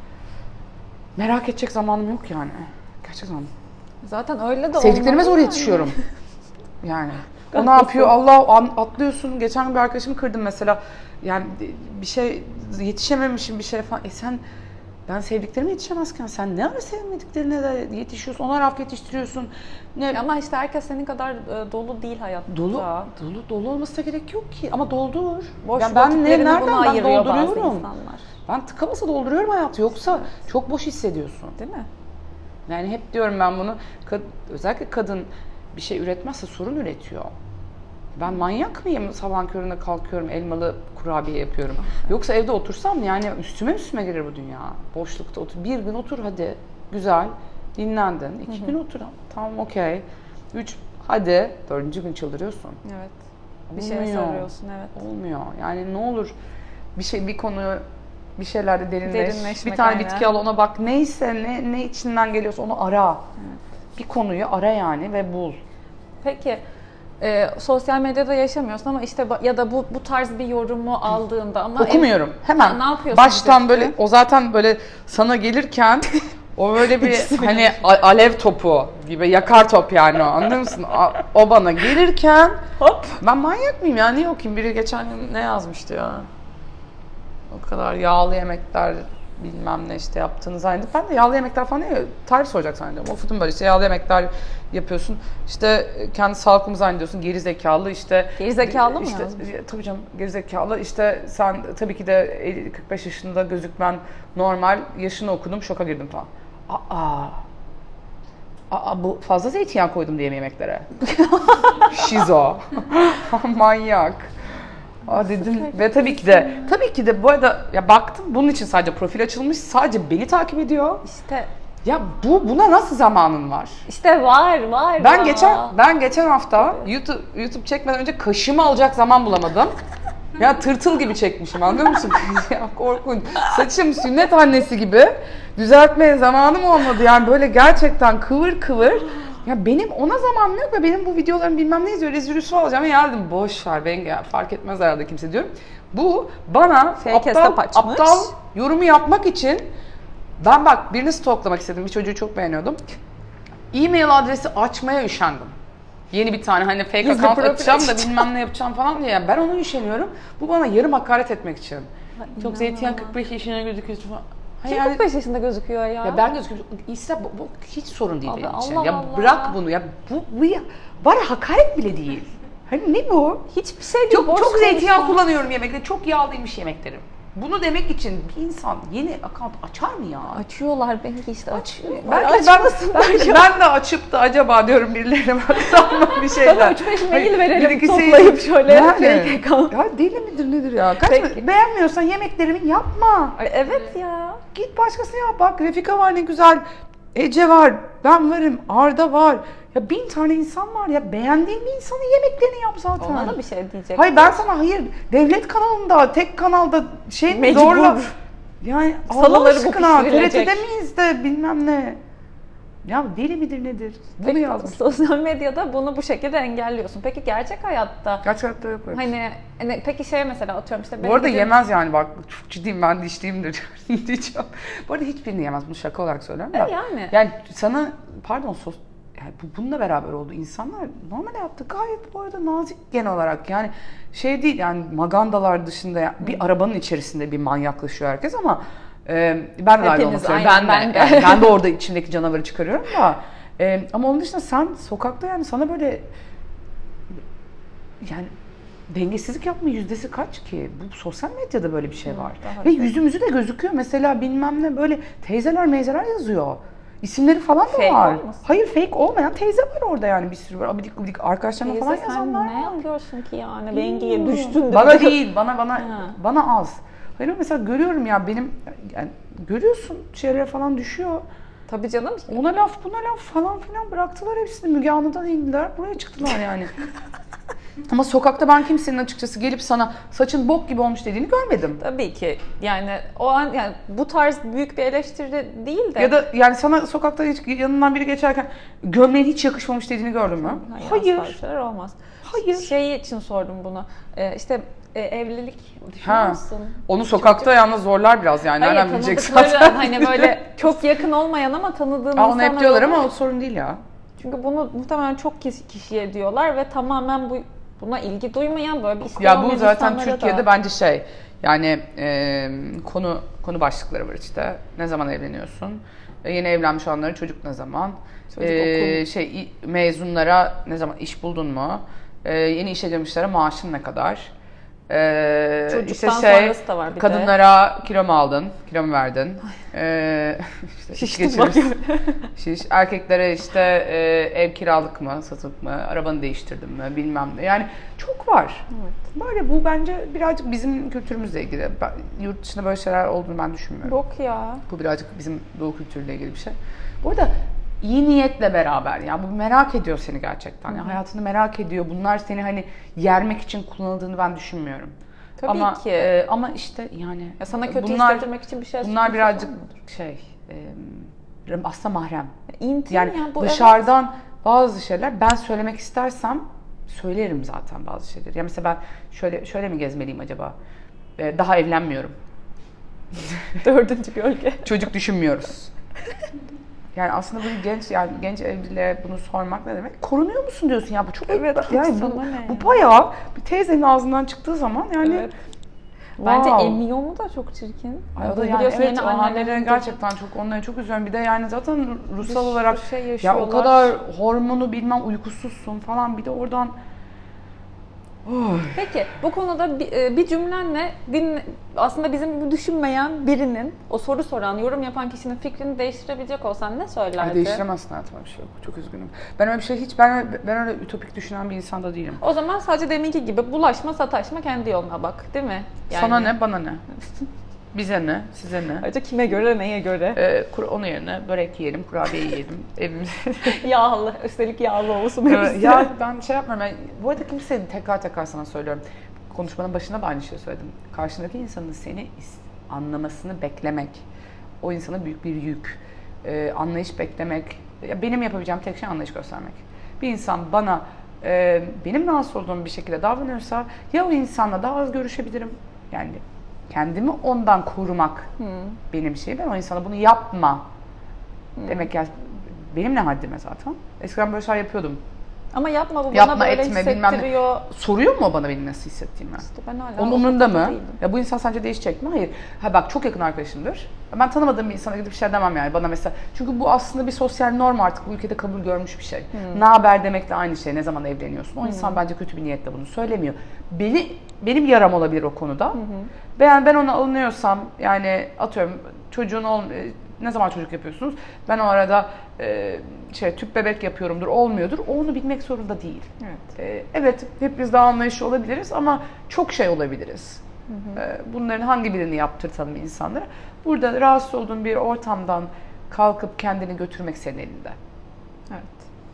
merak edecek zamanım yok yani. Gerçekten. Zaten öyle de sevdiklerime zor yetişiyorum. Yani. O ne yapıyor? Allah atlıyorsun. Geçen gün bir arkadaşımı kırdım mesela. Yani bir şey yetişememişim bir şey falan. E sen ben sevdiklerime yetişemezken sen ne ara sevmediklerine de yetişiyorsun. Ona raf yetiştiriyorsun. Ne? Ama işte herkes senin kadar dolu değil hayatta. Dolu, dolu, dolu olması da gerek yok ki. Ama doldur. Boş yani ben ne, nereden ben dolduruyorum? Insanlar. Ben tıka basa dolduruyorum hayatı. Yoksa evet. çok boş hissediyorsun. Değil mi? Yani hep diyorum ben bunu. Özellikle kadın bir şey üretmezse sorun üretiyor. Ben manyak mıyım? Sabahın köründe kalkıyorum, elmalı kurabiye yapıyorum. Yoksa evde otursam yani üstüme üstüme gelir bu dünya. Boşlukta otur. Bir gün otur hadi. Güzel. Dinlendin. İki hı hı. gün otur. Tamam okey. Üç hadi. Dördüncü gün çıldırıyorsun. Evet. Bir şeye sarıyorsun evet. Olmuyor. Yani ne olur bir şey bir konuyu bir şeylerde derinleş. Derinleşmek bir tane aynen. bitki al ona bak. Neyse ne ne içinden geliyorsa onu ara. Evet. Bir konuyu ara yani ve bul. Peki e, sosyal medyada yaşamıyorsun ama işte ya da bu bu tarz bir yorumu aldığında ama okumuyorum. Ev, Hemen. Ne yapıyorsun? Baştan işte? Böyle o zaten böyle sana gelirken o böyle bir hani alev topu gibi yakar top yani o anlıyor musun? O bana gelirken hop ben manyak mıyım ya niye okuyayım? Biri geçen gün ne yazmıştı ya? O kadar yağlı yemekler bilmem ne işte yaptığını zannedip ben de yağlı yemekler falan değil tarif soracak zannediyorum. Okudum böyle işte yağlı yemekler yapıyorsun. İşte kendi sağlıkımı zannediyorsun. Geri zekalı işte. Geri zekalı mı işte, yazmış? Tabii canım geri zekalı. İşte sen tabii ki de kırk beş yaşında gözükmen normal. Yaşını okudum şoka girdim falan. Aa. Aa, bu fazla zeytinyağı koydum diye mi yemeklere? Şizo. Manyak. Aa dedim ve tabii ki de tabii ki de bu arada ya baktım bunun için sadece profil açılmış. Sadece beni takip ediyor. İşte Ya bu buna nasıl zamanın var? işte var var. Ben ya. geçen ben geçen hafta YouTube YouTube çekmeden önce kaşımı alacak zaman bulamadım. Ya tırtıl gibi çekmişim, anlıyor musun? Ya korkunç. Saçım sünnet annesi gibi düzeltmeye zamanım olmadı. Yani böyle gerçekten kıvır kıvır. Ya benim ona zamanım yok ve benim bu videolarım bilmem ne izliyor, rezil rüsva alacağım. Ya dedim boş ver, ben ya, fark etmez herhalde kimse diyorum. Bu bana Fake aptal, hesap açmış. aptal yorumu yapmak için ben bak birini stalklamak istedim. Bir çocuğu çok beğeniyordum. E-mail adresi açmaya üşendim. Yeni bir tane hani fake Gizli account profil açacağım da açacağım. bilmem ne yapacağım falan diye. Yani ben ona üşeniyorum. Bu bana yarım hakaret etmek için. Ha, Çok zeytinyağı kırk beş yaşına gözüküyorsun falan. Kim Yani- kırk beş yaşında gözüküyor ya? ya ben gözüküyorum. İsa bu, bu hiç sorun değil Abi benim için. Allah Ya Allah. bırak bunu ya. Bu, bu ya, var ya, hakaret bile değil. Hani ne bu? Hiçbir şey değil. Çok boş çok zeytinyağı konuşma. kullanıyorum yemekte. Çok yağlıymış yemeklerim. Bunu demek için bir insan yeni account açar mı ya? Açıyorlar belki işte açıyor. Belki ben, belki ben de açıp da acaba diyorum birilerine baksam mı bir şeyler. Sana üç beş mail Hayır, verelim, bir iki toplayıp şey- şöyle Yani, fake account. Ya deli midir nedir ya? Kaç Peki. beğenmiyorsan yemeklerimi yapma. Ay, evet ya. Git başkasına yap. Bak Refika var ne güzel. Ece var. Ben varım. Arda var. Ya bin tane insan var ya. Beğendiğin bir insanın yemeklerini yap zaten. Ona da bir şey diyecek. Hayır ben sana hayır. Devlet kanalında, tek kanalda şey mi Mecbur. zorla. Yani Allah Salaları bu aşkına T R pişirilecek. T'de miyiz de bilmem ne. Ya deli midir nedir? Bunu Peki, yazmış. sosyal medyada bunu bu şekilde engelliyorsun. Peki gerçek hayatta Gerçekten yok öyle. hani, hani peki şey mesela atıyorum işte Bu benim arada bir gün- yemez yani bak çok ciddiyim ben dişliyimdir diyeceğim. Bu arada hiçbirini yemez bunu şaka olarak söylüyorum da. E, yani. Yani sana pardon sos yani bu, bununla beraber oldu insanlar normal yaptı gayet bu arada nazik genel olarak yani şey değil yani magandalar dışında ya, bir arabanın içerisinde bir manyaklaşıyor herkes ama e, ben de dahil olmak Hepiniz, üzere aynen, ben de, ben de. yani ben de orada içimdeki canavarı çıkarıyorum da e, ama onun dışında sen sokakta yani sana böyle yani dengesizlik yapma yüzdesi kaç ki? Bu sosyal medyada böyle bir şey var. daha Ve çok. yüzümüzü de gözüküyor. Mesela bilmem ne böyle teyzeler meyzeler yazıyor. İsimleri falan da Fake var. olmasın? Hayır fake olmayan teyze var orada yani bir sürü var. Abidik gubidik arkadaşlarına falan Teyze sen yazanlar ne var. yapıyorsun ki yani? Bengiye düştün de. Bana değil, bana bana Ha. bana az. Hayır ama mesela görüyorum ya benim yani görüyorsun şeylere falan düşüyor. Tabii canım. Ona laf buna laf falan filan bıraktılar hepsini. Müge Anlı'dan indiler buraya çıktılar yani. Ama sokakta ben kimsenin açıkçası gelip sana saçın bok gibi olmuş dediğini görmedim. Tabii ki yani o an yani bu tarz büyük bir eleştiri değil de. Ya da yani sana sokakta hiç yanından biri geçerken gömleğin hiç yakışmamış dediğini gördün mü? Hayır. asla şeyler olmaz. Hayır. Şey için sordum bunu. Ee, işte e, evlilik düşünüyor Ha. musun? Onu sokakta yalnız zorlar biraz yani. Hayır, Nereden bilecek tanıdıkları zaten? hani böyle çok yakın olmayan ama tanıdığın Aa, onu hep insanlar diyorlar olur. ama o sorun değil ya. Çünkü bunu muhtemelen çok kişi, kişiye diyorlar ve tamamen bu buna ilgi duymayan böyle bir isteği Ya bu olmayan zaten insanlara Türkiye'de da. bence şey yani e, konu konu başlıkları var işte. Ne zaman evleniyorsun? E, yeni evlenmiş olanlara çocuk ne zaman? Çocuk E, okul. şey i- mezunlara ne zaman iş buldun mu? E, yeni işe girmişlere maaşın ne kadar? E, Çocuktan işte şey, sonrası da var bir de. kadınlara kilo mu aldın? Kilo mu verdin? E, işte iş Şiştim geçirirsin. Şiş. Erkeklere işte e, ev kiralık mı, satıp mı, arabanı değiştirdin mi bilmem ne. Yani çok var. Evet. Var ya bu bence birazcık bizim kültürümüzle ilgili. Ben, yurt dışında böyle şeyler olduğunu ben düşünmüyorum. Yok ya. Bu birazcık bizim doğu kültürüyle ilgili bir şey. Bu arada iyi niyetle beraber ya bu merak ediyor seni gerçekten. Yani hayatını merak ediyor. Bunlar seni hani yermek için kullanıldığını ben düşünmüyorum. Tabii ama, ki. e, ama işte yani Ya sana kötü bunlar, hissettirmek için bir şey bunlar yapıyorsa birazcık olmuyordur. şey e, aslında mahrem. İntim Yani ya bu dışarıdan bazı şeyler ben söylemek istersem söylerim zaten bazı şeyleri. Ya mesela ben şöyle şöyle mi gezmeliyim acaba? Ee, daha evlenmiyorum. evet. Dördüncü gölge. Çocuk düşünmüyoruz. Yani aslında bu genç yani genç evliliğe bunu sormak ne demek? Korunuyor musun diyorsun ya bu çok Evet, yani sana bu, ne ya? bu bayağı bir teyzenin ağzından çıktığı zaman yani Evet. Bence wow. emiyor mu da çok çirkin. Ay, o da Bu yani biliyorsun evet yeni o annelere annelerin gerçekten çok onları çok üzüyorum. Bir de yani zaten ruhsal Bir olarak sürü şey ya o yaşıyorlar. kadar hormonu bilmem uykusuzsun falan bir de oradan Oh. Peki bu konuda bir, e, bir cümlenle din, aslında bizim gibi düşünmeyen birinin, o soru soran, yorum yapan kişinin fikrini değiştirebilecek olsan ne söylerdin? Ay, değiştiremezsin hayatım, bir şey yok. Çok üzgünüm. Ben öyle bir şey hiç, ben öyle, ben öyle ütopik düşünen bir insan da değilim. O zaman sadece deminki gibi bulaşma, sataşma, kendi yoluna bak, değil mi? Yani... Sana ne, bana ne? Bize ne, size ne? Ayrıca kime göre, neye göre? Ee, onun yerine börek yiyelim, kurabiye yiyelim evimize. Yağlı, üstelik yağlı olsun hepsi. Ya ben şey yapmıyorum. Yani, bu arada kimse, tekrar tekrar sana söylüyorum. Konuşmanın başında da aynı şeyi söyledim. Karşındaki insanın seni anlamasını beklemek, o insana büyük bir yük. Ee, anlayış beklemek, ya benim yapabileceğim tek şey anlayış göstermek. Bir insan bana e, benim rahatsız olduğum bir şekilde davranıyorsa, ya o insanla daha az görüşebilirim. Yani kendimi ondan korumak hmm. benim şeyim. Ben o insana bunu yapma hmm. demek ya, benim ne haddime zaten. Eskiden böyle şeyler yapıyordum. Ama yapma, bu yapma, bana böyle etme, hissettiriyor. Soruyor mu o bana benim nasıl hissettiğimi? İşte ben hala onun umurunda mı? Değilim. Ya bu insan sence değişecek mi? Hayır. Ha bak, çok yakın arkadaşımdır. Ben tanımadığım bir insana gidip bir şey demem yani bana mesela. Çünkü bu aslında bir sosyal norm, artık bu ülkede kabul görmüş bir şey. Hmm. Ne haber demekle aynı şey. Ne zaman evleniyorsun? O hmm. insan bence kötü bir niyetle bunu söylemiyor. Beni, benim yaram olabilir o konuda. Hmm. Ben ben ona alınıyorsam, yani atıyorum çocuğun ol, ne zaman çocuk yapıyorsunuz? Ben o arada e, şey tüp bebek yapıyorumdur, olmuyordur. O onu bilmek zorunda değil. Evet, e, evet hepimiz daha anlayışlı olabiliriz ama çok şey olabiliriz. Hı hı. E, bunların hangi birini yaptırtalım insanlara? Burada rahatsız olduğun bir ortamdan kalkıp kendini götürmek senin elinde. Evet.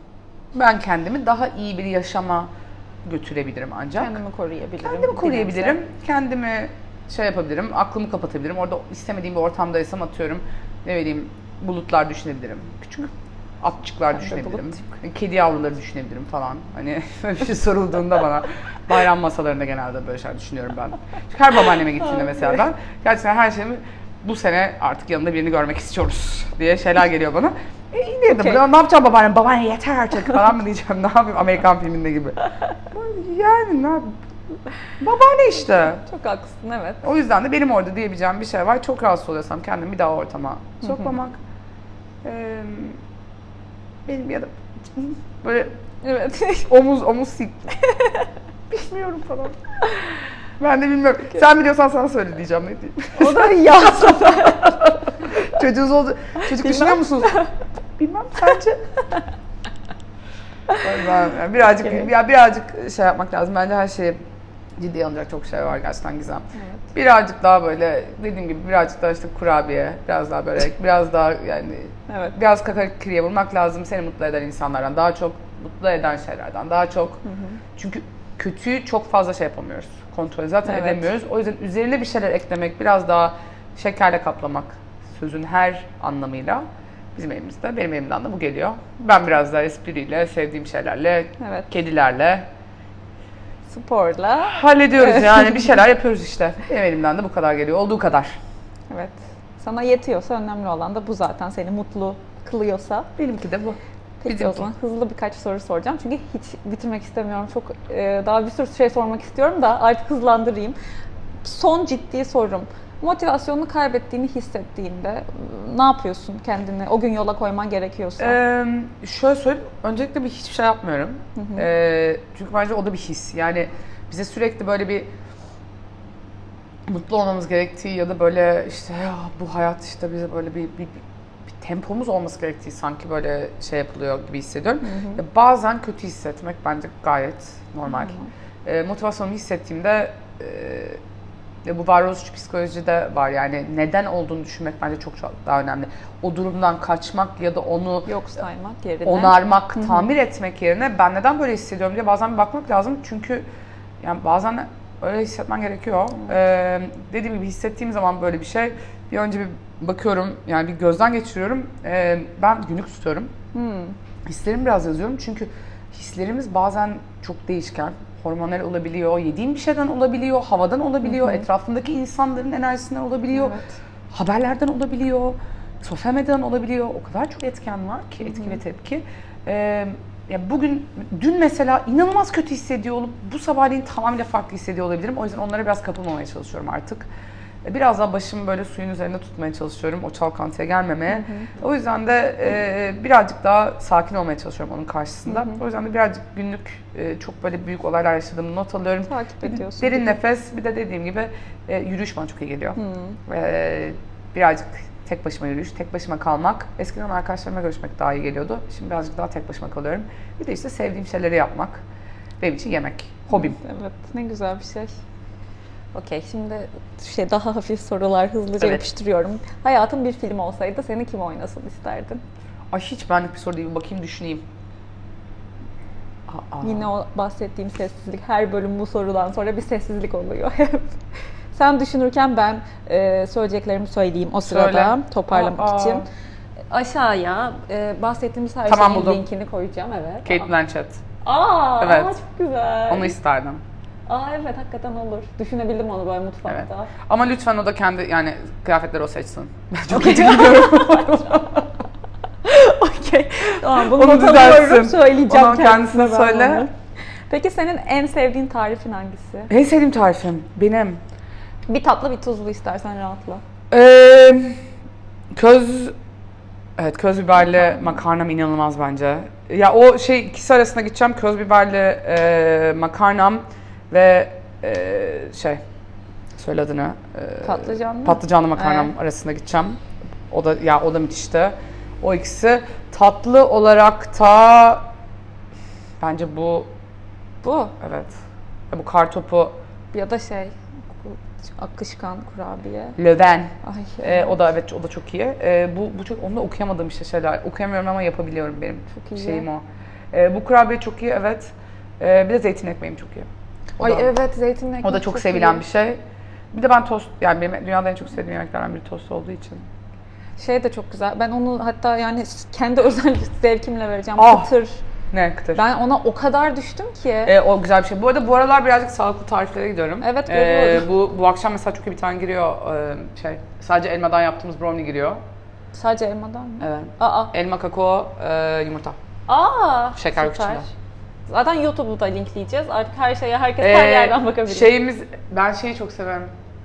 Ben kendimi daha iyi bir yaşama götürebilirim ancak. Kendimi koruyabilirim. Kendimi koruyabilirim. Bilimse. Kendimi şey yapabilirim, aklımı kapatabilirim. Orada istemediğim bir ortamdaysam, atıyorum, ne bileyim, bulutlar düşünebilirim. Küçük atçıklar ben düşünebilirim. Kedi yavruları düşünebilirim falan. Hani böyle bir şey sorulduğunda bana, bayram masalarında genelde böyle şeyler düşünüyorum ben. Çünkü her babaanneme gittiğimde mesela ben gerçekten her şeyimi, bu sene artık yanında birini görmek istiyoruz diye şeyler geliyor bana. E iyi dedim. Okay. Ne yapacağım babaannem? Babaanne yeter artık falan mı diyeceğim? Ne yapayım Amerikan filminde gibi. Yani ne yapayım? Babaanne işte. Çok haklısın, evet. O yüzden de benim orada diyebileceğim bir şey var. Çok rahatsız oluyorsam kendimi bir daha ortama sokmamak. Ee, benim ya da böyle evet. omuz omuz sik. Bilmiyorum falan. Ben de bilmiyorum. Okay. Sen biliyorsan sana söyle diyeceğim, ne diyeyim. O da iyi aslında. Çocuğunuz oldu. Çocuk Bilmem. Düşünüyor musunuz? Bilmem, sence? Ben, yani birazcık okay. ya birazcık şey yapmak lazım. Bence her şeyi ciddiye alınacak çok şey var gerçekten Gizem. Evet. Birazcık daha böyle dediğim gibi, birazcık daha işte kurabiye, biraz daha börek, biraz daha yani evet. biraz kakariye vurmak lazım. Seni mutlu eden insanlardan daha çok, mutlu eden şeylerden daha çok. Hı hı. Çünkü kötüyü çok fazla şey yapamıyoruz. Kontrol zaten evet. edemiyoruz. O yüzden üzerine bir şeyler eklemek, biraz daha şekerle kaplamak, sözün her anlamıyla bizim elimizde. Benim elimden de bu geliyor. Ben biraz daha espriyle, sevdiğim şeylerle, evet. kedilerle, sporla hallediyoruz evet. yani bir şeyler yapıyoruz işte. Benim elimden de bu kadar geliyor. Olduğu kadar. Evet. Sana yetiyorsa önemli olan da bu zaten. Seni mutlu kılıyorsa. Benimki de bu. Peki Bizimki. O zaman hızlı birkaç soru soracağım. Çünkü hiç bitirmek istemiyorum. Çok e, daha bir sürü şey sormak istiyorum da artık hızlandırayım. Son ciddi sorum. Motivasyonunu kaybettiğini hissettiğinde ne yapıyorsun kendini? O gün yola koyman gerekiyorsa. Ee, şöyle söyleyeyim. Öncelikle bir hiçbir şey yapmıyorum. Hı hı. Ee, çünkü bence o da bir his. Yani bize sürekli böyle bir mutlu olmamız gerektiği ya da böyle işte ya bu hayat işte bize böyle bir, bir, bir, bir tempomuz olması gerektiği sanki böyle şey yapılıyor gibi hissediyorum. Hı hı. Ya bazen kötü hissetmek bence gayet normal. Hı hı. Ee, motivasyonumu hissettiğimde e, bu varoluşçu psikolojide var, yani neden olduğunu düşünmek bence çok çok daha önemli. O durumdan kaçmak ya da onu yok saymak yerine onarmak, Hı-hı. tamir etmek yerine ben neden böyle hissediyorum diye bazen bir bakmak lazım. Çünkü yani bazen öyle hissetmen gerekiyor. Ee, dediğim gibi hissettiğim zaman böyle bir şey, bir önce bir bakıyorum, yani bir gözden geçiriyorum. Ee, ben günlük tutuyorum. Hmm. Hislerimi biraz yazıyorum çünkü hislerimiz bazen çok değişken. Hormonal olabiliyor, yediğim bir şeyden olabiliyor, havadan olabiliyor, hı hı. etrafındaki insanların enerjisinden olabiliyor, evet. haberlerden olabiliyor, sosyal medyadan olabiliyor. O kadar çok etken var ki, etki hı hı. ve tepki. Ee, ya bugün, dün mesela inanılmaz kötü hissediyor olup bu sabahleyin tamamıyla farklı hissediyor olabilirim. O yüzden onlara biraz kapılmamaya çalışıyorum artık. Biraz daha başımı böyle suyun üzerinde tutmaya çalışıyorum. O çalkantıya gelmemeye. Hı hı. O yüzden de e, birazcık daha sakin olmaya çalışıyorum onun karşısında. Hı hı. O yüzden de birazcık günlük e, çok böyle büyük olaylar yaşadığımı not alıyorum. Takip ediyorsun. Derin nefes, bir de dediğim gibi e, yürüyüş bana çok iyi geliyor. Hı. E, birazcık tek başıma yürüyüş, tek başıma kalmak. Eskiden arkadaşlarımla görüşmek daha iyi geliyordu. Şimdi birazcık daha tek başıma kalıyorum. Bir de işte sevdiğim şeyleri yapmak. Benim için yemek, hobim. Evet, ne güzel bir şey. Okey, şimdi şey daha hafif sorular hızlıca evet. yapıştırıyorum. Hayatın bir film olsaydı seni kim oynasın isterdin? Ay hiç benlik bir soru değil. Bakayım düşüneyim. Aa. Yine o bahsettiğim sessizlik. Her bölüm bu sorudan sonra bir sessizlik oluyor hep. Sen düşünürken ben e, söyleyeceklerimi söyleyeyim o sırada. Söyle. Toparlamak Aa. için. Aşağıya e, bahsettiğimiz her tamam, şeyin buldum. linkini koyacağım. Evet. Kate Blanchett. Aa, evet. Aa, çok güzel. Onu isterdim. Aa evet, hakikaten olur. Düşünebildim onu böyle mutfakta. Evet. Ama lütfen o da kendi yani kıyafetleri o seçsin. Ben çok okay. iyi biliyorum. Okey. Tamam, bunu not alıyorum, söyleyeceğim onu kendisine söyle. Onu. Peki senin en sevdiğin tarifin hangisi? En sevdiğim tarifim benim. Bir tatlı bir tuzlu istersen rahatla. Ee, köz Evet, köz biberli makarnam inanılmaz bence. Ya o şey ikisi arasında gideceğim. Köz biberli e, makarnam ve e, şey söyle adını. E, patlıcanlı. Patlıcanlı makarnam evet. arasında gideceğim. O da ya o da müthişti. O ikisi tatlı olarak da bence bu bu. Evet. Ya bu kartopu ya da şey akışkan kurabiye. Löwen. Ay, evet. ee, o da evet o da çok iyi. Ee, bu bu çok onu da okuyamadığım işte şeyler. Okuyamıyorum ama yapabiliyorum benim. Çok iyi. Şeyim o. Ee, bu kurabiye çok iyi evet. Ee, bir de zeytin ekmeğim çok iyi. O Ay da, evet zeytin ekmeği. O da çok, çok sevilen iyi. bir şey. Bir de ben tost yani benim dünyada en çok sevdiğim yemeklerden biri tost olduğu için. Şey de çok güzel. Ben onu hatta yani kendi özel zevkimle vereceğim. Ah. Kıtır. Ne kıtır? Ben ona o kadar düştüm ki. Ee, o güzel bir şey. Bu arada bu aralar birazcık sağlıklı tariflere gidiyorum. Evet görüyorum. Ee, bu bu akşam mesela çok iyi bir tane giriyor. Ee, şey sadece elmadan yaptığımız brownie giriyor. Sadece elmadan mı? Evet. Aa. Elma, kakao, e, yumurta. Aa. Şeker yok içinde. Zaten YouTube'u da linkleyeceğiz. Artık her şeye herkes ee, her yerden bakabilir. Şeyimiz, ben şeyi çok severim.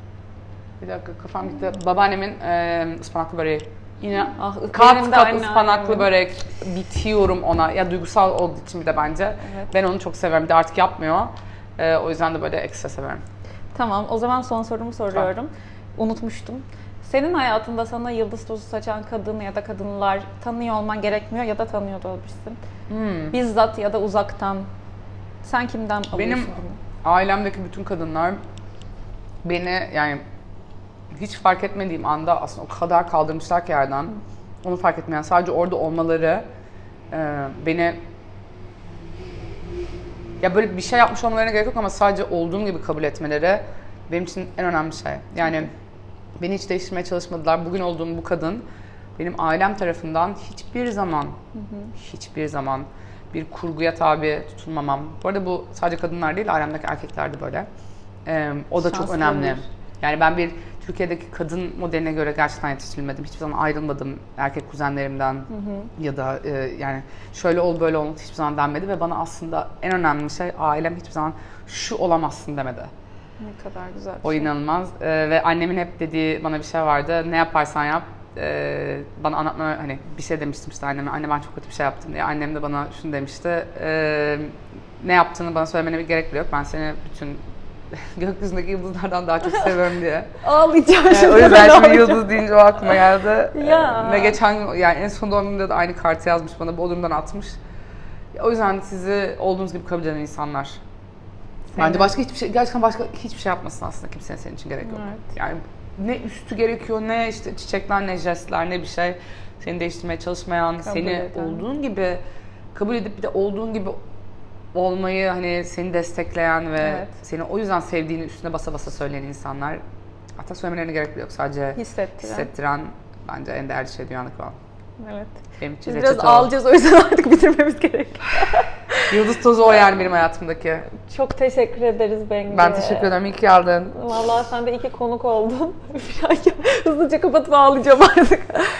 Bir dakika kafam gitti. Babaannemin e, ıspanaklı böreği. Yine ah, kat kat ıspanaklı annemin. börek bitiyorum ona. Ya duygusal olduğu için bir de bence. Evet. Ben onu çok severim. Bir de artık yapmıyor. Ee, o yüzden de böyle ekstra severim. Tamam. O zaman son sorumu soruyorum. Tamam. Unutmuştum. Senin hayatında sana yıldız tozu saçan kadın ya da kadınlar tanıyor olman gerekmiyor ya da tanıyor da olabilirsin. Hmm. Bizzat ya da uzaktan. Sen kimden alıyorsun Benim bunu? Ailemdeki bütün kadınlar beni yani hiç fark etmediğim anda aslında o kadar kaldırmışlar ki yerden. Hı. Onu fark etmeyen sadece orada olmaları e, beni ya böyle bir şey yapmış olmalarına gerek yok ama sadece olduğum gibi kabul etmeleri benim için en önemli şey. Yani Hı. beni hiç değiştirmeye çalışmadılar. Bugün olduğum bu kadın benim ailem tarafından hiçbir zaman hı hı. hiçbir zaman bir kurguya tabi tutulmamam. Bu arada bu sadece kadınlar değil, ailemdeki erkekler de böyle. E, o da Şanslı çok önemli. Olur. Yani ben bir Türkiye'deki kadın modeline göre gerçekten yetiştirilmedim. Hiçbir zaman ayrılmadım erkek kuzenlerimden hı hı. ya da e, yani şöyle ol böyle ol hiçbir zaman denmedi ve bana aslında en önemli şey ailem hiçbir zaman şu olamazsın demedi. Ne kadar güzel bir O şey. inanılmaz e, ve annemin hep dediği bana bir şey vardı. Ne yaparsan yap e, bana anlatma hani bir şey demiştim işte anneme. Anne ben çok kötü bir şey yaptım diye. Annem de bana şunu demişti. E, ne yaptığını bana söylemene bir gerek bile yok. Ben seni bütün gökyüzündeki yıldızlardan daha çok seviyorum diye. Ağlayacağım yani, o yüzden şimdi yıldız deyince o aklıma geldi. Ya. Ve geçen yani en son doğum günümde de aynı kartı yazmış bana, Bodrum'dan atmış. O yüzden sizi olduğunuz gibi kabul eden insanlar. Senin. Bence başka hiçbir şey, gerçekten başka hiçbir şey yapmasın aslında kimsenin senin için gerek yok. Evet. Yani ne üstü gerekiyor, ne işte çiçekler, ne jestler, ne bir şey. Seni değiştirmeye çalışmayan, kabul seni eden. Olduğun gibi kabul edip bir de olduğun gibi olmayı hani seni destekleyen ve evet. seni o yüzden sevdiğini üstüne basa basa söyleyen insanlar. Hatta söylemelerine gerek bile yok. Sadece hissettiren, hissettiren bence en değerli şey dünyada kalan. Evet. Benim Biz biraz ağlayacağız o yüzden artık bitirmemiz gerek. Yıldız tozu o yani benim hayatımdaki. Çok teşekkür ederiz Bengi. Ben teşekkür ederim. İyi ki geldin. Vallahi sen de iyi ki konuk oldun. Hızlıca kapatıp ağlayacağım artık.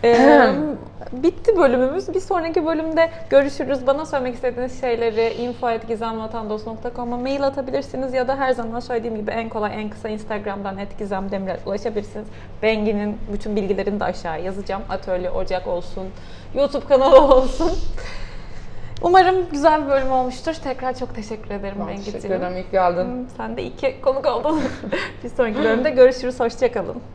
Ee, bitti bölümümüz. Bir sonraki bölümde görüşürüz. Bana söylemek istediğiniz şeyleri info at gizemvatandos nokta com'a mail atabilirsiniz ya da her zaman söylediğim gibi en kolay, en kısa Instagram'dan et gizemdemir'e ulaşabilirsiniz. Bengi'nin bütün bilgilerini de aşağıya yazacağım. Atölye Ocak olsun, YouTube kanalı olsun. Umarım güzel bir bölüm olmuştur. Tekrar çok teşekkür ederim Bengi'ciğim. Teşekkür ederim. İyi ki geldin. Sen de iki konuk oldun. Bir sonraki bölümde görüşürüz. Hoşça kalın.